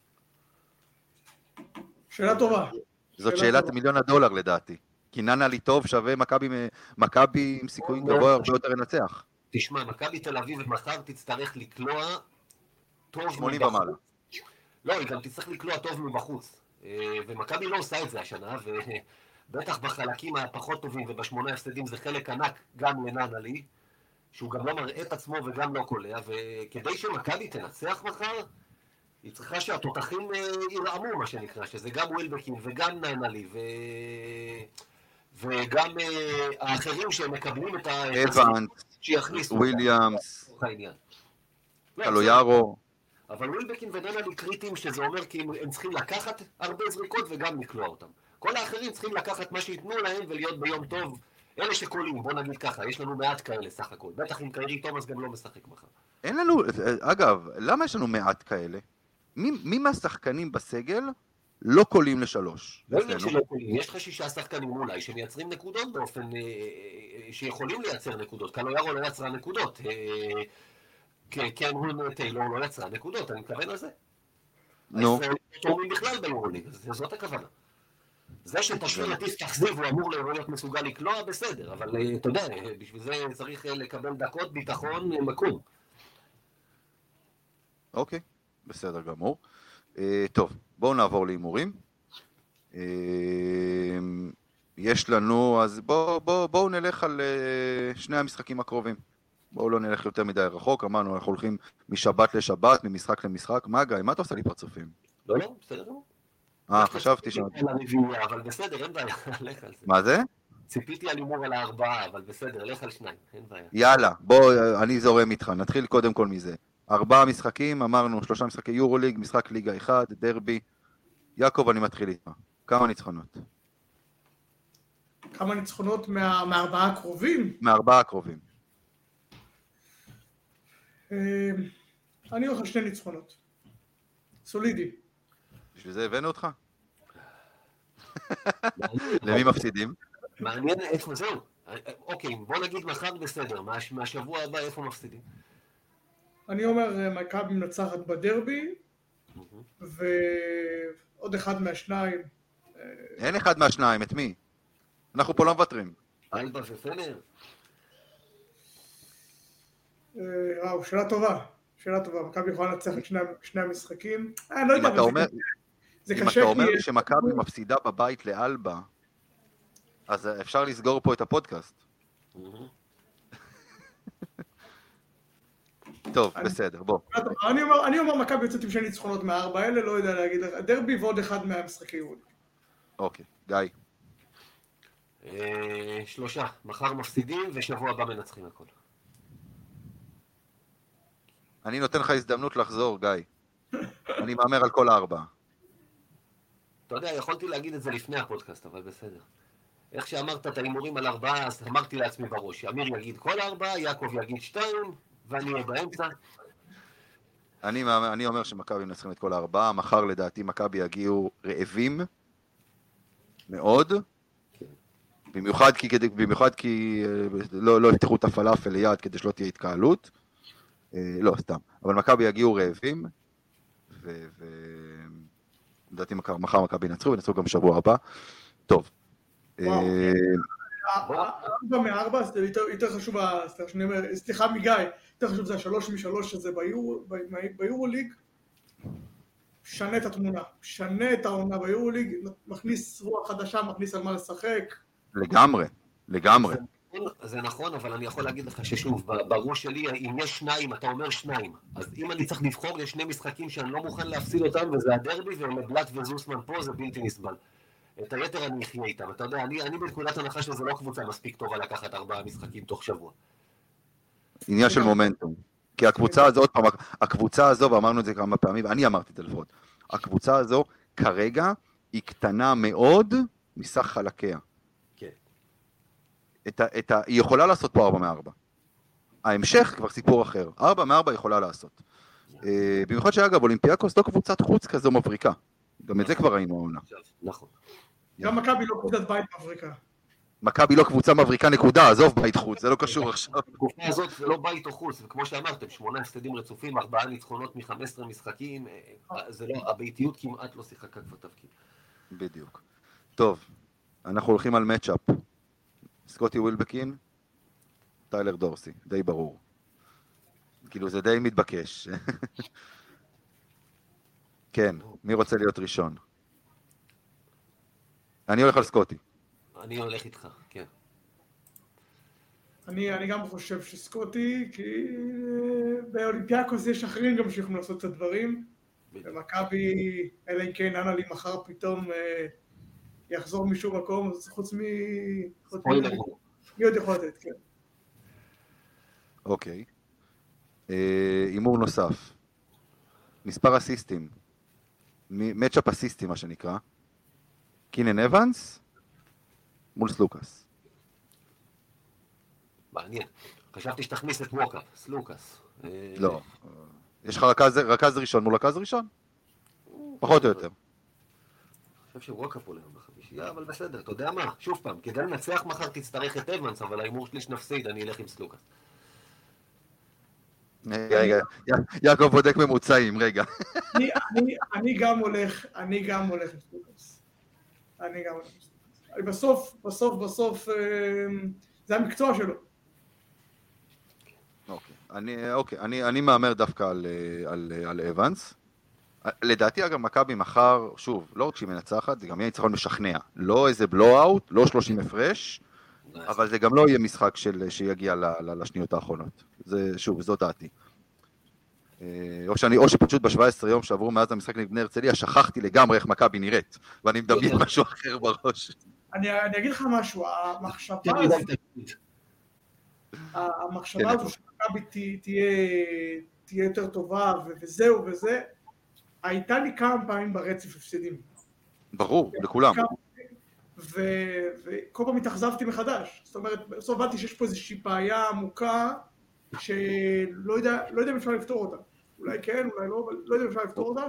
שאלה טובה. זאת שאלת $1,000,000 לדעתי. כי ננלי טוב שווה מכבי עם סיכוי גבוה הרבה יותר לנצח. תשמע, מכבי תל אביב מחר תצטרך לקלוע טוב 80 ומעלה. לא, היא גם תצטרך לקלוע טוב מבחוץ. ומכבי לא עושה את זה השנה, ובטח בחלקים הפחות טובים ובשמונה הפסדים זה חלק ענק גם לננלי, שהוא גם לא מראה את עצמו וגם לא קולע, וכדי שמכבי תנצח מחר, היא צריכה שהתותחים ירעמו, מה שנקרא, שזה גם ווילבקין וגם ננלי, וגם האחרים שהם מקבלים את אבנס, שיכניסו וויליאמס, קלויארו. אבל ווילבקין וננלי קריטיים, שזה אומר כי הם צריכים לקחת הרבה זריקות וגם לקלוע אותם. כל האחרים צריכים לקחת מה שיתנו להם ולהיות ביום טוב. אלה שקולים, בוא נגיד ככה, יש לנו מעט כאלה סך הכל. בטח אם קיירי תומאס גם לא משחק מחר. אין לנו, אגב, למה יש לנו מעט כאלה? מי מהשחקנים בסגל לא קולים לשלוש? לא יודע שלא קולים, יש לך 6 שחקנים אולי שמייצרים נקודות באופן שיכולים לייצר נקודות. קלויארו לא יצרה נקודות. קמרון טיילור לא יצרה נקודות, אני מכוון לזה. נו. אז תורמים בכלל ביורוליג, זאת הכוונה. זה שתשוויל לטיס תחזיב, הוא אמור להיות מסוגל לקלוע, בסדר, אבל אתה יודע, בשביל זה צריך לקבל דקות ביטחון מקום. אוקיי, בסדר גמור. טוב, בואו נעבור להימורים. יש לנו, אז בואו נלך על שני המשחקים הקרובים. בואו לא נלך יותר מדי רחוק, אמרנו, אנחנו הולכים משבת לשבת, ממשחק למשחק. מה גיא, מה אתה עושה לי פרצופים? לא, בסדר. חשבתי שם. אבל בסדר, אין בעיה, לך על זה. מה זה? ציפיתי על הימור על 4, אבל בסדר, לך על 2, אין בעיה. יאללה, בוא, אני זורם איתך, נתחיל קודם כל מזה. 4 משחקים, אמרנו 3 משחקי יורוליג, משחק ליגה 1, דרבי. יעקב, אני מתחיל איתך. כמה ניצחונות? כמה ניצחונות מהארבעה הקרובים? מהארבעה הקרובים. אני הולך 2 ניצחונות. סולידי. בשביל זה הבאנו אותך? למי מפסידים? מעניין איפה זהו. אוקיי, בוא נגיד מחר בסדר, מהשבוע הבא איפה מפסידים? אני אומר מכבי מנצחת בדרבי, ועוד אחד מהשניים. אין אחד מהשניים, את מי? אנחנו פה לא מוותרים. אלבה ופנר? שאלה טובה. מכבי יכולה לנצח את שני המשחקים. אני לא יודע, אם אתה אומר לי שמכבי מפסידה בבית לאלבה, אז אפשר לסגור פה את הפודקאסט. טוב, בסדר, בוא. אני אומר מכבי יוצאת עם 2 ניצחונות מה4 האלה, לא יודע להגיד, דרבי ועוד אחד מהמשחקים. אוקיי, גיא. 3, מחר מפסידים ושבוע הבא מנצחים הכל. אני נותן לך הזדמנות לחזור, גיא. אני מאמר על כל 4. אתה יודע, יכולתי להגיד את זה לפני הפודקאסט, אבל בסדר. איך שאמרת את ההימורים על 4, אז אמרתי לעצמי בראש, אמיר יגיד כל 4, יעקב יגיד 2, ואני אהיה באמצע. אני אומר שמכבי מנצחים את כל 4, מחר לדעתי מכבי יגיעו רעבים מאוד, במיוחד כי לא יפתחו את הפלאפל ליד כדי שלא תהיה התקהלות, לא סתם, אבל מכבי יגיעו רעבים, לדעתי מחר מכבי ינצחו גם בשבוע הבא. טוב. 4 מ-4, זה יותר חשוב, סליחה מגיא, יותר חשוב זה 3 מ-3 שזה ביורוליג, שנה את התמונה, שנה את העונה ביורוליג, מכניס רוח חדשה, מכניס על מה לשחק. לגמרי. זה נכון, אבל אני יכול להגיד לך ששוב, בראש שלי, אם יש 2, אתה אומר 2, אז אם אני צריך לבחור, יש 2 משחקים שאני לא מוכן להפסיד אותם, וזה הדרבי, ולבלט וזוסמן פה, זה בלתי נסבל. את היתר אני אחיה איתם, אתה יודע, אני בנקודת הנחה שזה לא קבוצה מספיק טובה לקחת 4 משחקים תוך שבוע. עניין של מומנטום. כי הקבוצה הזו, עוד פעם, הקבוצה הזו, ואמרנו את זה כמה פעמים, ואני אמרתי את זה לפחות, הקבוצה הזו כרגע היא קטנה מאוד מסך חלקיה. כן. היא יכולה לעשות פה 4-4. ההמשך כבר סיפור אחר. 4-4 יכולה לעשות. במיוחד שאגב, אולימפיאקוס לא קבוצת חוץ כזו מבריקה. גם את זה כבר ראינו העונה. נכון. גם מכבי לא קבוצת בית מבריקה. מכבי לא קבוצה מבריקה נקודה, עזוב בית חוץ, זה לא קשור עכשיו. התקופה הזאת זה לא בית או חוץ, וכמו שאמרתם, 8 הפסדים רצופים, 4 ניצחונות מ-15 משחקים, זה לא, הביתיות כמעט לא שיחקה כבר תפקיד. בדיוק. טוב, אנחנו הולכים על מצ'אפ. סקוטי ווילבקין, טיילר דורסי, די ברור. כאילו זה די מתבקש. כן, מי רוצה להיות ראשון? אני הולך על סקוטי. אני הולך איתך, כן. אני גם חושב שסקוטי, כי באולימפיאקוס יש אחרים גם שיכולים לעשות את הדברים. במכבי, אלא אם כן אנלי מחר פתאום יחזור משום מקום, אז חוץ מי עוד יכול לתת, כן. אוקיי. אימור נוסף. מספר אסיסטים. מצ'אפ אסיסטים, מה שנקרא. קינן אבנס מול סלוקאס. מעניין. חשבתי שתכניס את ווקאפ, סלוקאס. לא. יש לך רכז ראשון מול רכז ראשון? פחות או יותר. אני חושב שווקאפ עולה בחמישייה, אבל בסדר, אתה יודע מה? שוב פעם, כדי לנצח מחר תצטרך את אבנס, אבל האימור שלי שנפסיד, אני אלך עם סלוקאס. רגע, יעקב בודק ממוצעים, רגע. אני גם הולך עם סלוקאס. בסוף, זה המקצוע שלו. אוקיי, אני מאמר דווקא על אבנס. לדעתי אגב מכבי מחר, שוב, לא רק שהיא מנצחת, זה גם יהיה ניצחון משכנע. לא איזה בלואו-אוט, לא 30 הפרש, אבל זה גם לא יהיה משחק שיגיע לשניות האחרונות. זה, שוב, זאת דעתי. או שפשוט ב-17 יום שעברו מאז המשחק נגד בני הרצליה, שכחתי לגמרי איך מכבי נראית, ואני מדמיין משהו אחר בראש. אני אגיד לך משהו, המחשבה הזו שמכבי תהיה יותר טובה, וזהו וזה, הייתה לי כמה פעמים ברצף הפסדים. ברור, לכולם. וכל פעם התאכזבתי מחדש. זאת אומרת, בסוף הבנתי שיש פה איזושהי בעיה עמוקה, שלא יודע אם אפשר לפתור אותה. אולי כן, אולי לא, אבל לא יודע אם אפשר לפתור אותה.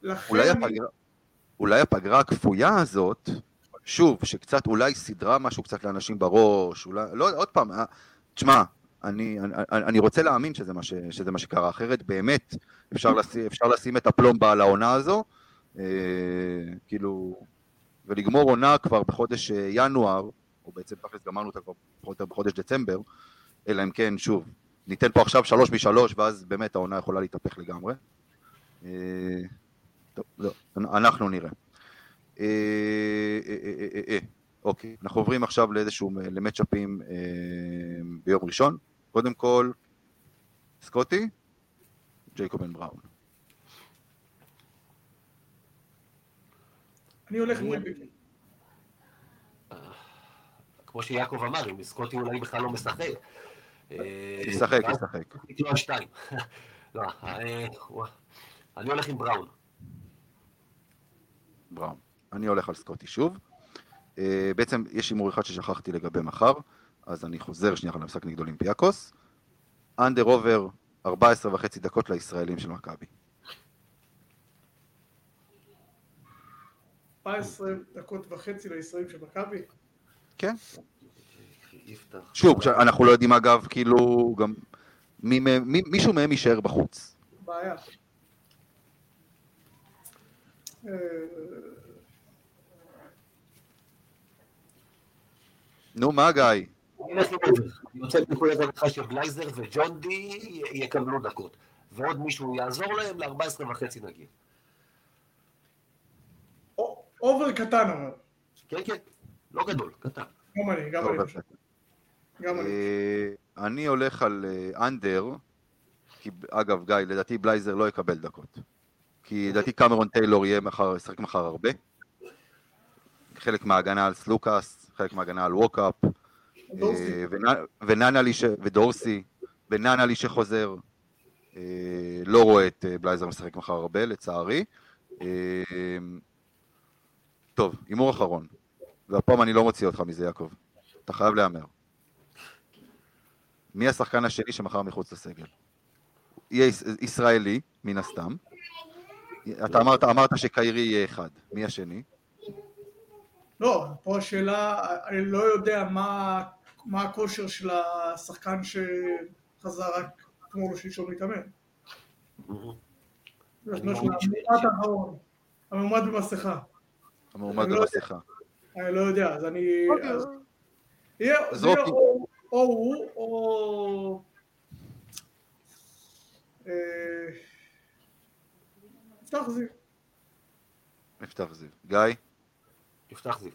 אולי הפגרה הכפויה הזאת, שוב, שקצת אולי סדרה משהו קצת לאנשים בראש, אולי, לא, עוד פעם, תשמע, אני רוצה להאמין שזה מה שקרה, אחרת באמת אפשר לשים את הפלומבה על העונה הזו, כאילו, ולגמור עונה כבר בחודש ינואר, או בעצם תכלס גמרנו אותה כבר בחודש דצמבר, אלא אם כן, שוב, ניתן פה עכשיו 3-3, ואז באמת העונה יכולה להתהפך לגמרי. טוב, לא, אנחנו נראה. אוקיי, אנחנו עוברים עכשיו למצ'אפים ביום ראשון. קודם כל, סקוטי, ג'ייקובן בראון. אני הולך עם ווילבקין. כמו שיעקב אמר, אם סקוטי אולי בכלל לא משחק. ישחק. לא, 2. לא, אני הולך עם בראון. אני הולך על סקוטי שוב. בעצם יש הימור אחד ששכחתי לגבי מחר, אז אני חוזר שנייה על המשחק נגד אולימפיאקוס. אנדר אובר 14.5 דקות לישראלים של מכבי. 14 דקות וחצי לישראלים של מכבי? כן. שוב, אנחנו לא יודעים אגב, כאילו, גם מישהו מהם יישאר בחוץ. בעיה. נו, מה גיא? אני רוצה בנקודת הנחה שבלייזר וג'ון די יקבלו דקות, ועוד מישהו יעזור להם ל-14.5 נגיד. אובר קטן אבל. כן, לא גדול, קטן. גם אני. אני הולך על אנדר, כי אגב גיא, לדעתי בלייזר לא יקבל דקות. כי לדעתי קמרון טיילור ישחק מחר הרבה. חלק מההגנה על סלוקאס, חלק מההגנה על ווקאפ, ודורסי, וננלי שחוזר. לא רואה את בלייזר משחק מחר הרבה, לצערי. טוב, הימור אחרון. והפעם אני לא מוציא אותך מזה, יעקב. אתה חייב להיאמר. מי השחקן השני שמחר מחוץ לסגל? יהיה ישראלי, מן הסתם. אתה אמרת שקיירי יהיה אחד. מי השני? לא, פה השאלה, אני לא יודע מה הכושר של השחקן שחזר רק כמו שלשום להתאמן. המועמד במסכה. המועמד במסכה. אני לא יודע, אז אני... זה יהיה או הוא, או... יפתח זיו. יפתח זיו. גיא? יפתח זיו.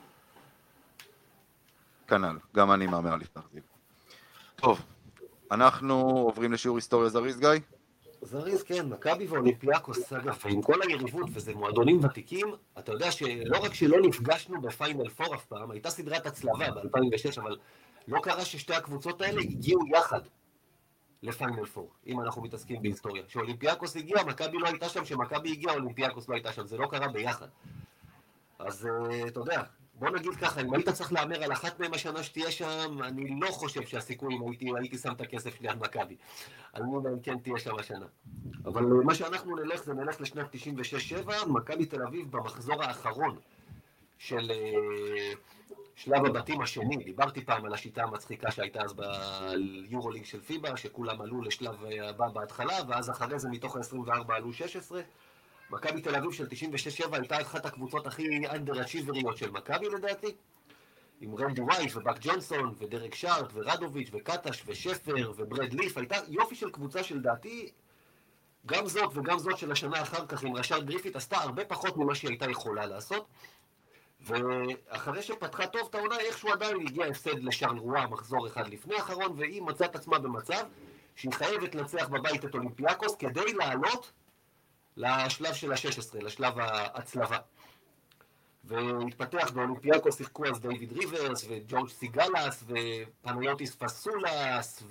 כנ"ל, גם אני מאמר על יפתח זיו. טוב, אנחנו עוברים לשיעור היסטוריה זריז, גיא? זריז, כן, מכבי ואולימפיאקוס, אגב, עם כל היריבות, וזה מועדונים ותיקים, אתה יודע שלא רק שלא נפגשנו בפיינל פור אף פעם, הייתה סדרת הצלבה ב-2006, אבל לא קרה ששתי הקבוצות האלה הגיעו יחד לפיינל פור, אם אנחנו מתעסקים בהיסטוריה. כשאולימפיאקוס הגיע, מכבי לא הייתה שם, כשמכבי הגיע, אולימפיאקוס לא הייתה שם, זה לא קרה ביחד. אז אתה יודע, בוא נגיד ככה, אם היית צריך לאמר על אחת מהם השנה שתהיה שם, אני לא חושב שהסיכוי אם הייתי שם את הכסף שלי על מכבי. אני לא יודע אם כן תהיה שם השנה. אבל מה שאנחנו נלך זה נלך לשנת 96-7, מכבי תל אביב במחזור האחרון של שלב הבתים השני. דיברתי פעם על השיטה המצחיקה שהייתה אז ביורוליג של פיבה, שכולם עלו לשלב הבא בהתחלה, ואז אחרי זה מתוך ה-24 עלו 16. מכבי תל אביב של 96-7 הייתה אחת הקבוצות הכי אנדר-אצ'יבריות של מכבי לדעתי, עם רנדי ווייט ובק ג'ונסון ודרק שארט ורדוביץ' וקטש ושפר וברד ליף. הייתה יופי של קבוצה שלדעתי, גם זאת וגם זאת של השנה אחר כך עם רשארד גריפית, עשתה הרבה פחות ממה שהיא הייתה יכולה לעשות. ואחרי שפתחה טוב את העונה, איכשהו עדיין הגיע הפסד לשרלרואה מחזור אחד לפני האחרון, והיא מצאת עצמה במצב שהיא חייבת לנצח בבית את אולימפיאקוס כדי לעלות לשלב של ה-16, לשלב ההצלבה. והתפתח באולימפיאקוס, שיחקו אז דיוויד ריברס וג'ורג' סיגלס ופנויוטיס פסולס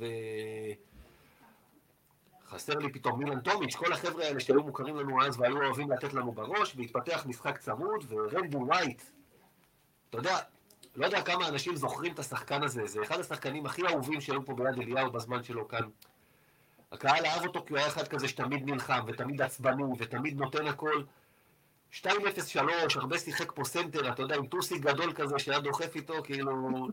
חסר לי פתאום מילן טומיץ', כל החבר'ה האלה שהיו מוכרים לנו אז והיו אוהבים לתת לנו בראש, והתפתח משחק צמוד, ורנדי ווייט, אתה יודע, לא יודע כמה אנשים זוכרים את השחקן הזה, זה אחד השחקנים הכי אהובים שהיו פה ביד אליהו בזמן שלו כאן. הקהל אהב אותו כי הוא היה אחד כזה שתמיד נלחם ותמיד עצבני ותמיד נותן הכל. 2-0-3, הרבה שיחק פה סנטר, אתה יודע, עם טוסי גדול כזה שהיה דוחף איתו, כאילו...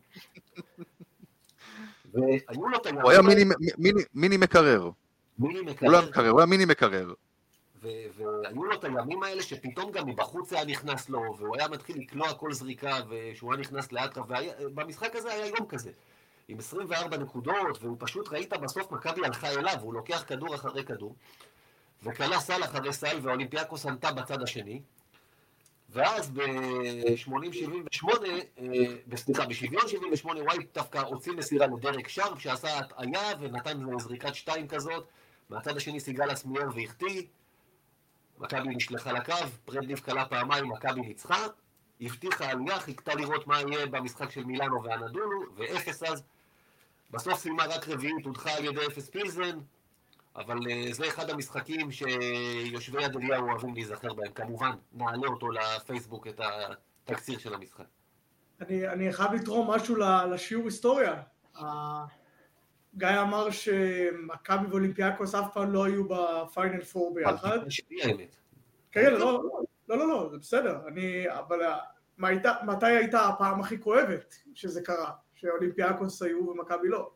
והיו לו את הימים... הוא היה מיני מקרר. מיני מקרר. הוא לא מקרר, הוא היה מיני מקרר. והיו לו את הימים האלה שפתאום גם מבחוץ היה נכנס לו, והוא היה מתחיל לקלוע כל זריקה, ושהוא היה נכנס לאטרף, ובמשחק הזה היה יום כזה. עם 24 נקודות, והוא פשוט ראית בסוף מכבי הלכה אליו, והוא לוקח כדור אחרי כדור, וקלה סל אחרי סל, והאולימפיאקוס ענתה בצד השני, ואז ב-80-78, ב-70-78, ווייט דווקא הוציא מסירה לדרק שרפ, שעשה הטעיה ונתן זריקת 2 כזאת, מהצד השני סיגלס מייר והחטיא, מכבי נשלחה לקו, פרדליף קלה פעמיים, מכבי ניצחה, הבטיחה עלייה, חיכתה לראות מה יהיה במשחק של מילאנו ואנדולו, ואפס אז, בסוף סיימה רק רביעית, הודחה על ידי אפס פילזן, אבל זה אחד המשחקים שיושבי יד אליהו אוהבים להיזכר בהם. כמובן, נעלה אותו לפייסבוק את התקציר של המשחק. אני חייב לתרום משהו לשיעור היסטוריה. גיא אמר שמכבי ואולימפיאקוס אף פעם לא היו בפיינל פור ביחד. כן, לא, זה בסדר. אבל מתי הייתה הפעם הכי כואבת שזה קרה? שאולימפיאקוס היו ומכבי לא.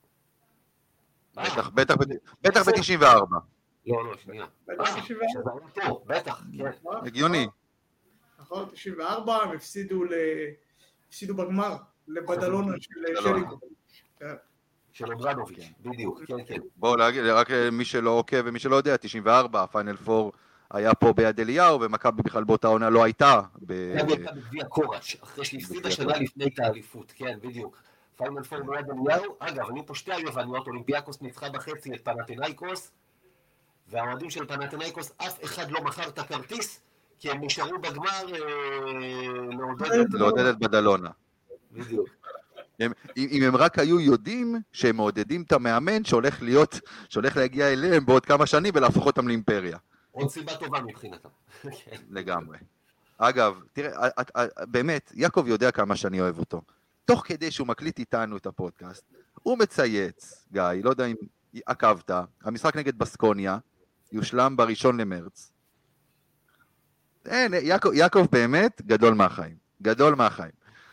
בטח ב-94. לא, שנייה. בטח, כן. הגיוני. נכון, 94, הם הפסידו בגמר, לבדלונה של שלינגו. של אוברדוביץ', בדיוק, כן. בואו להגיד, רק מי שלא עוקב ומי שלא יודע, 94, הפיינל פור היה פה ביד אליהו, ומכבי בכלל באותה עונה לא הייתה. מכבי הייתה בגביע קוראץ', אחרי שהפסידה שנה לפני את האליפות, כן, בדיוק. פיינל פור ביד אליהו, אגב, היו פה שתי היווניות, אולימפיאקוס ניצחה בחצי את פנתינייקוס, והאוהדים של פנתינייקוס, אף אחד לא מכר את הכרטיס, כי הם נשארו בגמר לעודד את בדלונה. בדיוק. אם הם רק היו יודעים שהם מעודדים את המאמן שהולך להגיע אליהם בעוד כמה שנים ולהפוך אותם לאימפריה. עוד סיבה טובה מבחינתם. לגמרי. אגב, תראה, באמת, יעקב יודע כמה שאני אוהב אותו. תוך כדי שהוא מקליט איתנו את הפודקאסט, הוא מצייץ, גיא, לא יודע אם עקבת, המשחק נגד בסקוניה, יושלם ב1 למרץ. אין, יעקב באמת גדול מהחיים. גדול מהחיים.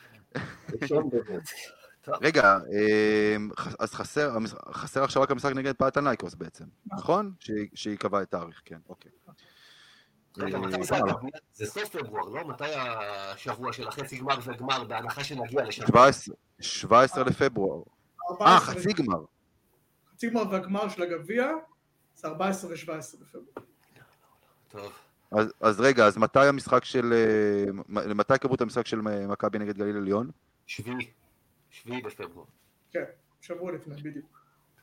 רגע, אז חסר עכשיו רק המשחק נגד פנתנייקוס בעצם, נכון? שהיא קבעה את תאריך, כן, אוקיי. רגע, זה סוף פברואר, לא? מתי השבוע של החצי גמר וגמר, בהנחה שנגיע לשם? 17 לפברואר. חצי גמר. חצי גמר והגמר של הגביע, זה 14 ו-17 בפברואר. טוב. אז רגע, אז מתי המשחק מתי קבעו את המשחק של מכבי נגד גליל עליון? 7 בפברואר. כן, שבוע לפני, בדיוק.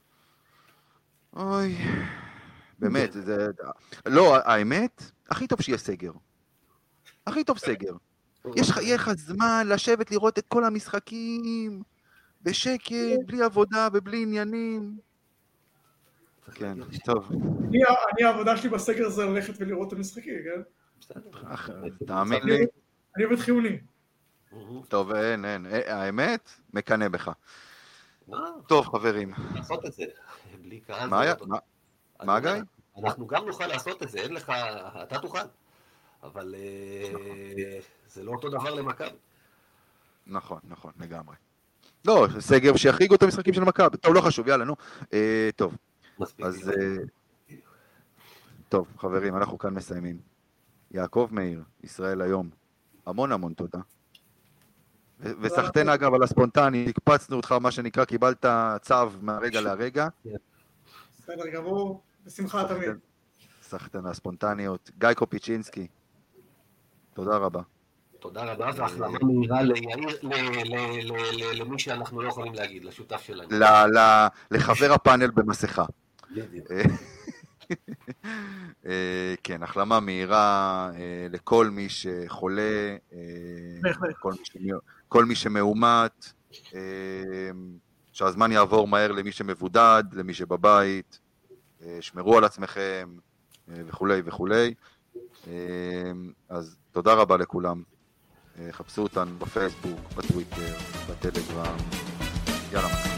אוי, באמת, לא, האמת, הכי טוב שיהיה סגר. הכי טוב סגר. יהיה לך זמן לשבת לראות את כל המשחקים, בשקט, בלי עבודה ובלי עניינים. כן, טוב. העבודה שלי בסגר זה ללכת ולראות את המשחקים, כן? תאמין לי. אני עובד חיוני. טוב, אין, האמת, מקנה בך. טוב, חברים. לעשות את זה, בלי קהל. מה, גיא? אנחנו גם נוכל לעשות את זה, אין לך, אתה תוכל. אבל זה לא אותו דבר למכבי. נכון, לגמרי. לא, סגר שיחריגו את המשחקים של מכבי. טוב, לא חשוב, יאללה, נו. טוב. אז טוב, חברים, אנחנו כאן מסיימים. יעקב מאיר, ישראל היום. המון תודה. וסחטן אגב על הספונטני, הקפצנו אותך מה שנקרא, קיבלת צו מהרגע להרגע. בסדר גמור, בשמחה תמיד. סחטן הספונטניות. גיא קופיצ'ינסקי, תודה רבה. תודה רבה, והחלמה מהירה ליאיר, למי שאנחנו לא יכולים להגיד, לשותף שלנו. לחבר הפאנל במסכה. כן, החלמה מהירה לכל מי שחולה, כל מי שמאומת, שהזמן יעבור מהר למי שמבודד, למי שבבית, שמרו על עצמכם וכולי. אז תודה רבה לכולם. חפשו אותנו בפייסבוק, בטוויטר, בטלגרם. יאללה.